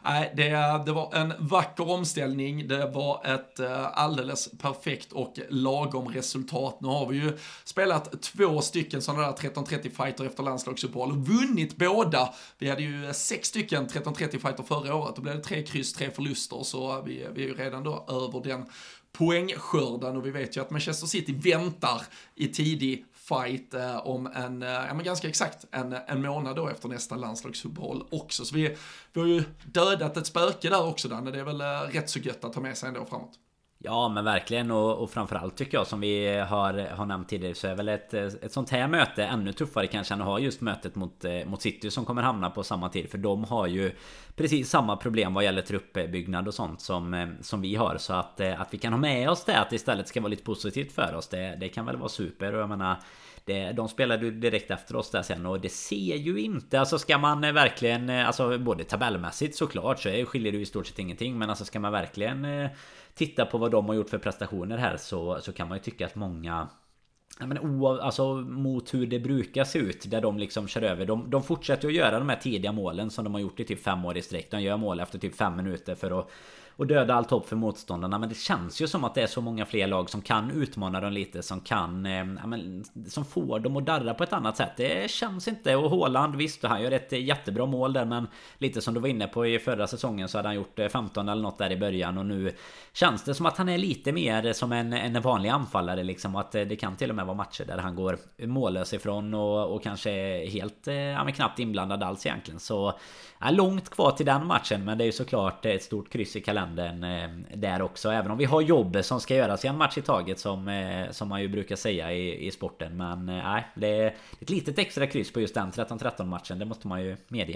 var en vacker omställning, det var ett alldeles perfekt och lagom resultat. Nu har vi ju spelat 2 stycken sådana där 13-30 fighter efter landslagsuppehåll och vunnit båda. Vi hade ju 6 stycken 13-30 fighter förra året, då blev det 3 kryss, 3 förluster, så vi är ju redan då över den poängskörden, och vi vet ju att Manchester City väntar i tidig fight om ganska exakt en månad då efter nästa landslagsuppehåll också. Så vi har ju dödat ett spöke där också, Danne. Det är väl rätt så gött att ta med sig ändå framåt. Ja, men verkligen, och framförallt tycker jag, som vi har nämnt tidigare, så är väl ett sånt här möte ännu tuffare kanske än att ha just mötet mot City, som kommer hamna på samma tid, för de har ju precis samma problem vad gäller truppbyggnad och sånt som vi har, så att vi kan ha med oss det, att det istället ska vara lite positivt för oss, det kan väl vara super. Och jag menar, de spelade ju direkt efter oss där sen, och det ser ju inte, alltså ska man verkligen, alltså både tabellmässigt såklart så skiljer det ju i stort sett ingenting, men alltså ska man verkligen titta på vad de har gjort för prestationer här, så kan man ju tycka att många, alltså mot hur det brukar se ut, där de liksom kör över, de fortsätter att göra de här tidiga målen som de har gjort i typ 5 år i sträck. De gör mål efter typ 5 minuter för att döda allt hopp för motståndarna, men det känns ju som att det är så många fler lag som kan utmana dem lite, som kan som får dem att darra på ett annat sätt. Det känns inte, och Haaland, visst, han gör ett jättebra mål där, men lite som du var inne på i förra säsongen, så hade han gjort 15 eller något där i början, och nu känns det som att han är lite mer som en vanlig anfallare liksom, att det kan till och med vara matcher där han går mållös ifrån och kanske är helt knappt inblandad alls egentligen. Så långt kvar till den matchen, men det är ju såklart ett stort kryss i kalendern där också, även om vi har jobb som ska göras i en match i taget, som man ju brukar säga i sporten. Men det är ett litet extra kryss på just den 13-13 matchen, det måste man ju medge.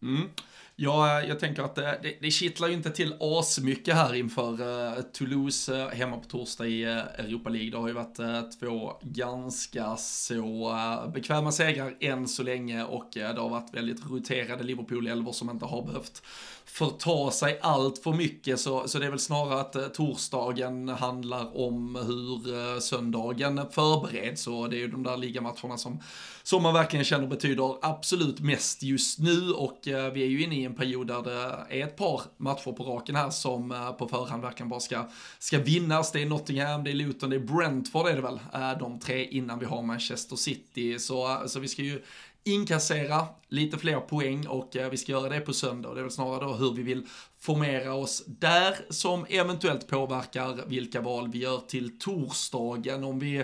Ja, jag tänker att det kittlar ju inte till asmycket här inför Toulouse hemma på torsdag i Europa League. Det har ju varit 2 ganska så bekväma segrar än så länge, och det har varit väldigt roterade Liverpool-elvor som inte har behövt förta sig allt för mycket, så det är väl snarare att torsdagen handlar om hur söndagen förbereds, och det är ju de där ligamatcherna som man verkligen känner betyder absolut mest just nu, och vi är ju inne i en period där det är ett par matcher på raken här som på förhand verkligen bara ska vinnas. Det är Nottingham, det är Luton, det är Brentford, det är det väl, de 3 innan vi har Manchester City, så vi ska ju inkassera lite fler poäng, och vi ska göra det på söndag. Det är väl snarare då hur vi vill formera oss där som eventuellt påverkar vilka val vi gör till torsdagen.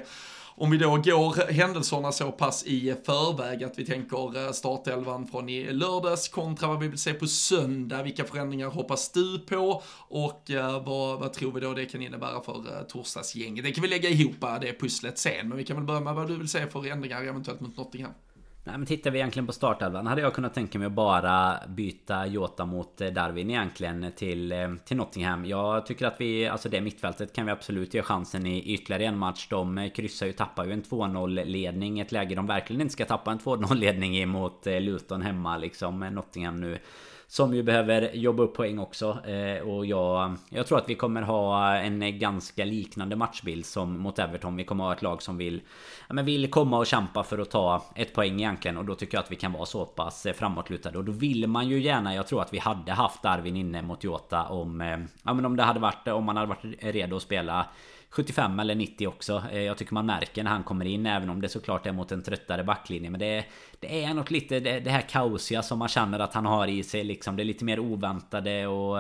Om vi då går händelserna så pass i förväg att vi tänker startelvan från i lördags kontra vad vi vill se på söndag. Vilka förändringar hoppas du på, och vad tror vi då det kan innebära för torsdagsgänget? Det kan vi lägga ihop det pusslet sen, men vi kan väl börja med vad du vill se för ändringar eventuellt mot Nottingham. Nej, men tittar vi egentligen på startelvan, hade jag kunnat tänka mig att bara byta Jota mot Darwin egentligen till Nottingham. Jag tycker att det mittfältet kan vi absolut ge chansen i ytterligare en match. De tappar ju en 2-0 ledning, ett läge de verkligen inte ska tappa en 2-0 ledning mot Luton hemma liksom. Nottingham nu, som ju behöver jobba upp poäng också, och jag tror att vi kommer ha en ganska liknande matchbild som mot Everton. Vi kommer ha ett lag som vill komma och kämpa för att ta ett poäng egentligen, och då tycker jag att vi kan vara så pass framåtlutade, och då vill man ju gärna, jag tror att vi hade haft Darwin inne mot Jota om man hade varit redo att spela 75 eller 90 också. Jag tycker man märker när han kommer in, även om det såklart är mot en tröttare backlinje, men det är något lite det här kaosiga som man känner att han har i sig liksom. Det är lite mer oväntade, och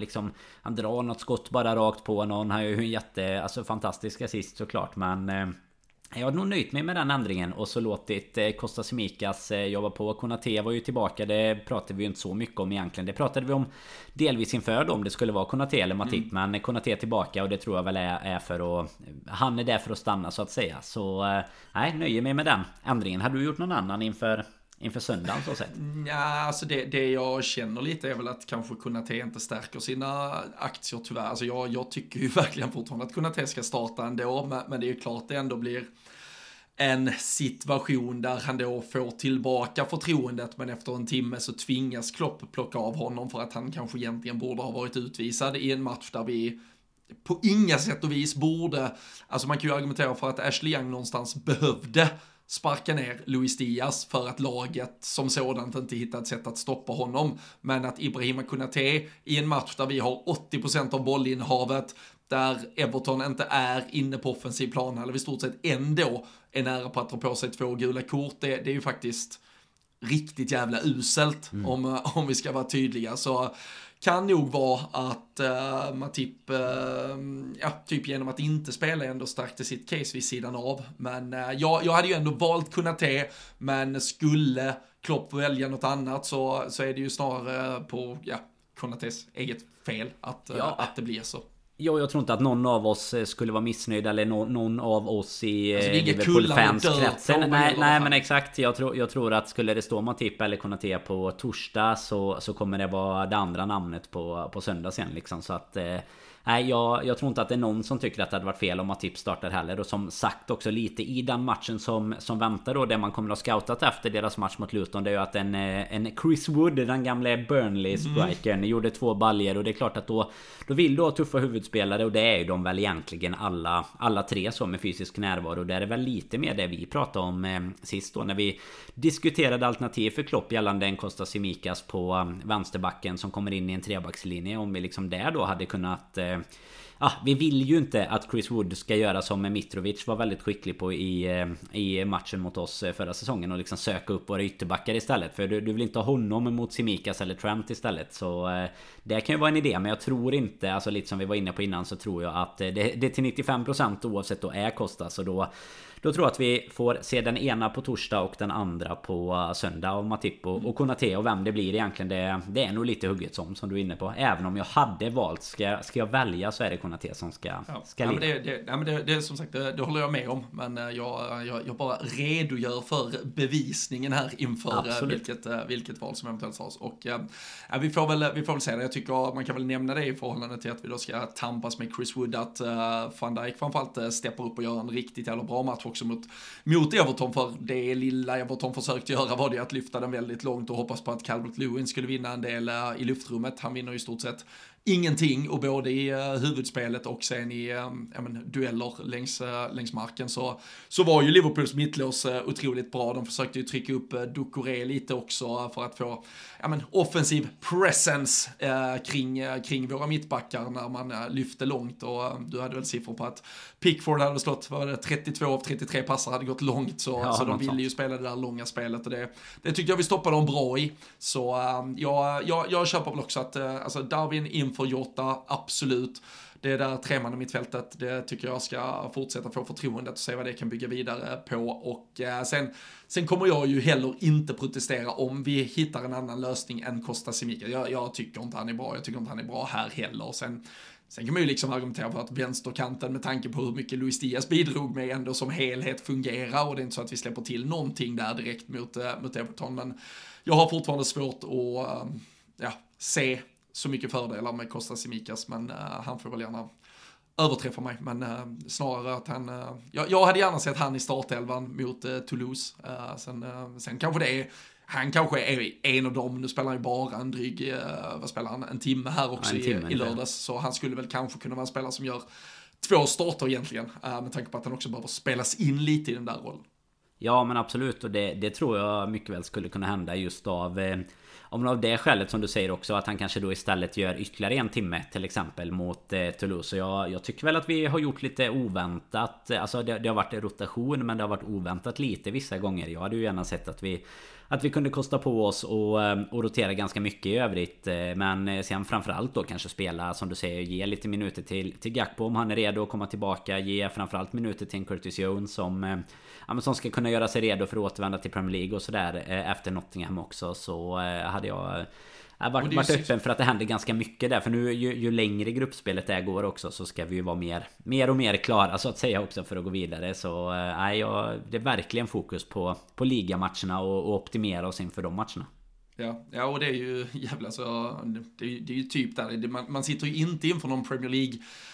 han drar något skott bara rakt på någon. Han har ju en fantastisk assist såklart, men jag har nog nöjt mig med den ändringen, och så låtit Kostas Tsimikas jobba på. Konate var ju tillbaka, det pratade vi ju inte så mycket om egentligen. Det pratade vi om delvis inför då, om det skulle vara Konate eller Matip, men Konate är tillbaka, och det tror jag väl är för att han är där för att stanna så att säga. Så nöjer mig med den ändringen. Har du gjort någon annan inför söndagen så sett? Ja, alltså det jag känner lite är väl att kanske Konate inte stärker sina aktier tyvärr. Alltså jag tycker ju verkligen fortfarande att Konate ska starta ändå, men det är ju klart det ändå blir en situation där han då får tillbaka förtroendet, men efter en timme så tvingas Klopp plocka av honom för att han kanske egentligen borde ha varit utvisad i en match där vi på inga sätt och vis borde, alltså man kan ju argumentera för att Ashley Young någonstans behövde sparka ner Luis Diaz för att laget som sådant inte hittat ett sätt att stoppa honom, men att Ibrahima Konaté i en match där vi har 80% av bollinnehavet, där Everton inte är inne på offensiv plan, eller i stort sett ändå är nära på att ta på sig 2 gula kort, det är ju faktiskt riktigt jävla uselt om vi ska vara tydliga. Så kan nog vara att Matip typ genom att inte spela ändå stärkte sitt case vid sidan av. Men jag hade ju ändå valt Konaté, men skulle Klopp välja något annat så är det ju snarare på Konatés eget fel att det blir så. Ja, jag tror inte att någon av oss skulle vara missnöjd, eller någon av oss i Liverpool-fanskretsen. Nej, men exakt. Jag tror att skulle det stå Matip eller Konaté på torsdag så kommer det vara det andra namnet på söndag sen liksom. Så att nej, jag tror inte att det är någon som tycker att det hade varit fel om Matip startar heller. Och som sagt också lite i den matchen som väntar då, det man kommer att ha scoutat efter deras match mot Luton, det är ju att en Chris Wood, den gamla Burnley-strikern, gjorde 2 baljer. Och det är klart att då vill du ha tuffa huvudspelare, och det är ju de väl egentligen alla 3 så med fysisk närvaro. Och det är väl lite mer det vi pratade om sist då, när vi diskuterade alternativ för Klopp gällande en Costa Tsimikas på vänsterbacken som kommer in i en 3-backslinje. Om vi liksom där då hade kunnat vi vill ju inte att Chris Wood ska göra som Mitrovic var väldigt skicklig på i matchen mot oss förra säsongen, och liksom söka upp våra ytterbackar istället. För du vill inte ha honom mot Tsimikas eller Trent istället. Så det kan ju vara en idé, men jag tror inte, alltså lite som vi var inne på innan, så tror jag att det till 95% oavsett då är Costa. Så då tror jag att vi får se den ena på torsdag och den andra på söndag av Matip och Konaté. Och vem det blir egentligen, det är nog lite hugget som du är inne på. Även om jag hade valt, ska jag välja, så är det Konaté som ska leda. Men det är som sagt, det håller jag med om. Men jag bara redogör för bevisningen här inför vilket val som eventuellt tas. Och vi får väl se det. Jag tycker man kan väl nämna det i förhållande till att vi då ska tampas med Chris Wood, att Van Dijk framförallt steppar upp och gör en riktigt jävla bra match också mot Everton. För det lilla Everton försökte göra var det att lyfta den väldigt långt och hoppas på att Calvert-Lewin skulle vinna en del i luftrummet. Han vinner i stort sett ingenting, och både i huvudspelet och sen i dueller längs marken så var ju Liverpools mittlås otroligt bra. De försökte ju trycka upp Doucouré lite också för att få offensiv presence kring våra mittbackar när man lyfte långt. Och du hade väl siffror på att Pickford hade slått 32 av 33 passar hade gått långt, så de ville ju spela det där långa spelet, och det tyckte jag vi stoppade dem bra i. Så jag köper väl också att Darwin inför Jota, absolut. Det där tremanna mittfältet, det tycker jag ska fortsätta få förtroendet och se vad det kan bygga vidare på. Och sen kommer jag ju heller inte protestera om vi hittar en annan lösning än Costa Tsimikas. Jag tycker inte han är bra. Jag tycker inte han är bra här heller. Sen kan man ju liksom argumentera för att vänsterkanten, med tanke på hur mycket Luis Diaz bidrog med, ändå som helhet fungerar, och det är inte så att vi släpper till någonting där direkt mot Everton. Men jag har fortfarande svårt att se så mycket fördelar med Costa Tsimikas, men han får väl gärna överträffa mig. Men snarare att jag hade gärna sett han i startelvan mot Toulouse. Sen kanske han kanske är en av dem. Nu spelar han ju bara en dryg, en timme här också i lördags. Så han skulle väl kanske kunna vara en spelare som gör 2 starter egentligen. Med tanke på att han också behöver spelas in lite i den där rollen. Ja, men absolut, och det tror jag mycket väl skulle kunna hända just av det skälet som du säger också, att han kanske då istället gör ytterligare en timme till exempel mot Toulouse. Så jag tycker väl att vi har gjort lite oväntat, alltså det har varit rotation, men det har varit oväntat lite vissa gånger. Jag hade ju gärna sett att vi kunde kosta på oss och rotera ganska mycket i övrigt. Men sen framförallt då kanske spela, som du säger, ge lite minuter till Gakpo om han är redo att komma tillbaka. Ge framförallt minuter till en Curtis Jones som ska kunna göra sig redo för att återvända till Premier League och sådär efter Nottingham också. Så hade jag varit öppen för att det händer ganska mycket där. För nu ju längre gruppspelet det går också, så ska vi ju vara mer och mer klara så att säga också för att gå vidare. Så det är verkligen fokus på ligamatcherna och optimera oss inför de matcherna. Ja, och det är ju jävla så, det är ju typ där, man sitter ju inte inför någon Premier League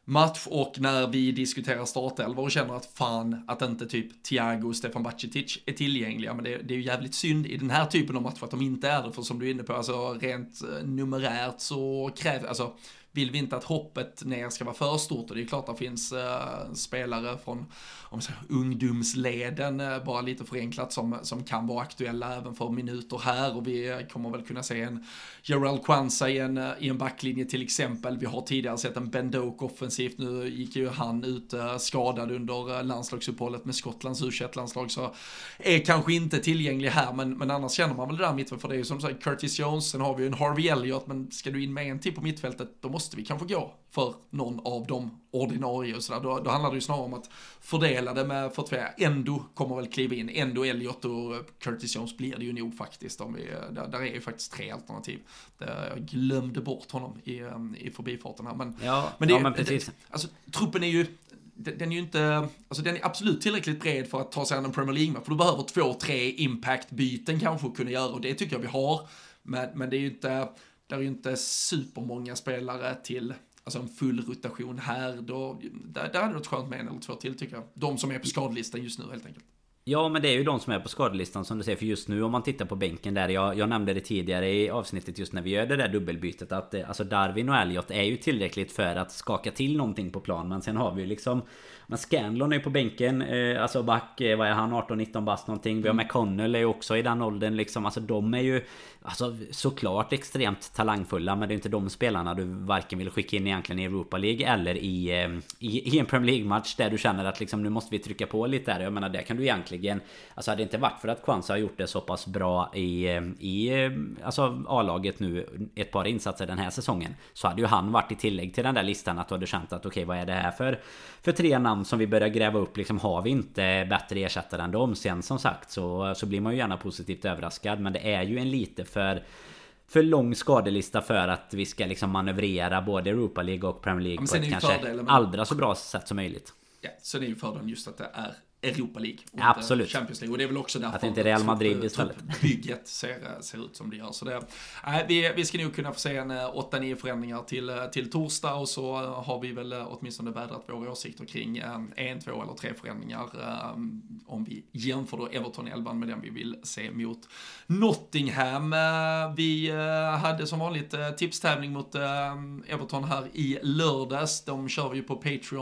match, och när vi diskuterar startelvor och känner att fan att inte typ Thiago och Stefan Bajcetic är tillgängliga, men det är ju jävligt synd i den här typen av match att de inte är det, för som du är inne på, alltså rent numerärt så krävs, alltså vill vi inte att hoppet ner ska vara för stort, och det är klart att det finns spelare från om man säger, ungdomsleden, bara lite förenklat, som kan vara aktuella även för minuter här, och vi kommer väl kunna se en Jarell Quansah i en backlinje till exempel. Vi har tidigare sett en Ben Doak offensivt, nu gick ju han ut skadad under landslagsuppehållet med Skottlands U21-landslag, så är kanske inte tillgänglig här, men annars känner man väl det där mittfält, för det är ju som sagt Curtis Jones, sen har vi ju en Harvey Elliott, men ska du in med en till på mittfältet, då måste vi kanske gå för någon av de ordinarie och sådär. Då handlar det ju snarare om att fördela det med, för att Endo kommer väl kliva in. Endo, Elliott och Curtis Jones blir det ju nog faktiskt. Där är ju faktiskt 3 alternativ. Jag glömde bort honom i förbifarten här. Men precis. Alltså, truppen är ju, den är ju inte, alltså den är absolut tillräckligt bred för att ta sig an en Premier League, för du behöver 2-3 impact-byten kanske att kunna göra, och det tycker jag vi har. Men det är ju inte, där är ju inte supermånga spelare till alltså en full rotation här. Där hade det varit skönt med 1 eller 2 till, tycker jag. De som är på skadelistan just nu helt enkelt. Ja, men det är ju de som är på skadelistan som du säger, för just nu om man tittar på bänken där, jag nämnde det tidigare i avsnittet just när vi gör det där dubbelbytet, att alltså Darwin och Elliott är ju tillräckligt för att skaka till någonting på plan, men sen har vi ju liksom, men Scanlon är ju på bänken, alltså back, vad är han, 18-19 bast någonting. Vi har McConnell är ju också i den åldern liksom, alltså de är ju alltså såklart extremt talangfulla, men det är inte de spelarna du varken vill skicka in egentligen i Europa League eller i en Premier League-match där du känner att liksom, nu måste vi trycka på lite där. Jag menar, det kan du egentligen, alltså hade det inte varit för att Quansah har gjort det så pass bra i alltså A-laget nu, ett par insatser den här säsongen, så hade ju han varit i tillägg till den där listan, att du hade känt att okej, vad är det här för 3 namn som vi börjar gräva upp, liksom, har vi inte bättre ersättare än dem? Sen som sagt så blir man ju gärna positivt överraskad, men det är ju en lite för lång skadelista för att vi ska liksom manövrera både Europa League och Premier League på ett kanske allra så bra sätt som möjligt. Ja, så det är ju fördelen just att det är Europa League och absolut. Champions League, och det är väl också därför att inte Real Madrid istället bygget ser ut som det gör. Så det, vi ska nog kunna få se en 8-9 förändringar till torsdag, och så har vi väl åtminstone vädrat våra åsikter kring 1, 2 eller 3 förändringar om vi jämför då Everton 11 med den vi vill se mot Nottingham. Vi hade som vanligt tipstävling mot Everton här i lördags. De kör vi ju på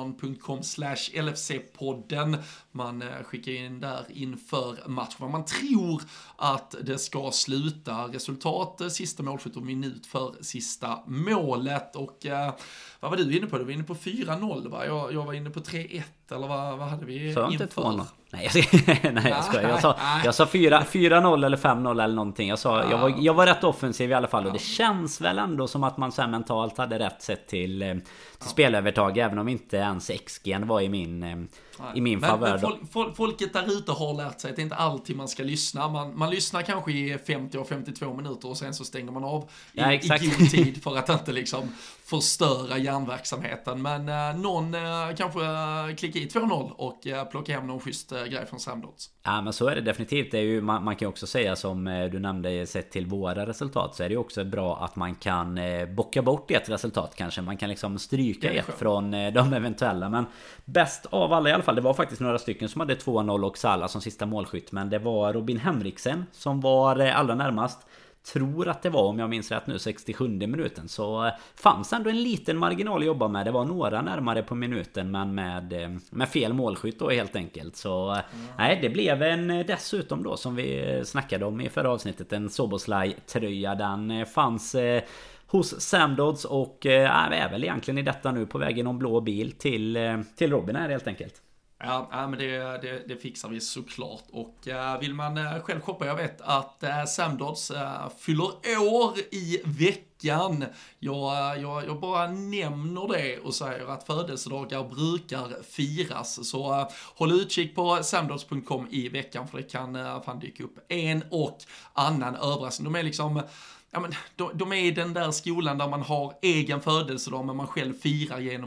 patreon.com/LFC-podden. Man skickar in där inför match vad man tror att det ska sluta. Resultat, sista målskytt och minut för sista målet. Och vad var du inne på? Du var inne på 4-0, va? Jag var inne på 3-1, eller vad hade vi inför? Inte 2-0. Nej, jag skojar. Jag sa 4-0 eller 5-0 eller någonting. Jag var rätt offensiv i alla fall, och det känns väl ändå som att man så här mentalt hade rätt sett till spelövertag, även om inte ens XG var i min favör. Men folket där ute har lärt sig att det är inte alltid man ska lyssna. Man lyssnar kanske i 50 och 52 minuter, och sen så stänger man av i god tid för att inte liksom förstöra hjärnverksamheten. Men någon kanske klickar i 2-0 och plockar hem någon schysst grej från Samdots. Ja, men så är det definitivt. Det är ju, man kan ju också säga, som du nämnde, sett till våra resultat, så är det ju också bra att man kan bocka bort ett resultat kanske. Man kan liksom stryka ett från de eventuella. Men bäst av alla i alla fall, det var faktiskt några stycken som hade 2-0 och Salah som sista målskytt. Men det var Robin Henriksen som var allra närmast. Tror att det var, om jag minns rätt nu, 67 minuten. Så fanns ändå en liten marginal att jobba med. Det var några närmare på minuten, men med fel målskytt då helt enkelt. Så nej, det blev dessutom då, som vi snackade om i förra avsnittet, en Szoboszlai-tröja. Den fanns hos Samdots, och är väl egentligen i detta nu på vägen om blå bil till Robin här helt enkelt. Ja, men det fixar vi såklart. Och vill man själv shoppa, jag vet att Samdots fyller år i veckan. Jag bara nämner det och säger att födelsedagar brukar firas. Så håll utkik på samdots.com i veckan, för det kan fan dyka upp en och annan överraskning. De är liksom... Ja, men de är i den där skolan där man har egen födelsedag, men man själv firar genom att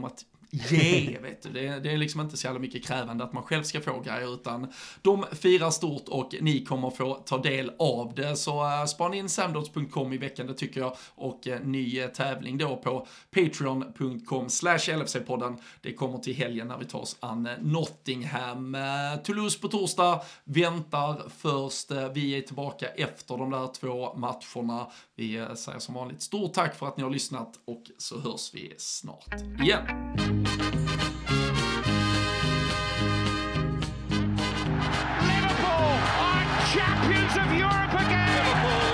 ge, vet du. Det är liksom inte så jävla mycket krävande att man själv ska få grejer, utan de firar stort och ni kommer få ta del av det. Så spana in samdots.com i veckan, det tycker jag, och ny tävling då på patreon.com/LFC-podden. Det kommer till helgen när vi tar oss an Nottingham. Toulouse på torsdag väntar först. Vi är tillbaka efter de där 2 matcherna. Vi säger som vanligt stort tack för att ni har lyssnat, och så hörs vi snart igen. Liverpool are champions of Europe again. Liverpool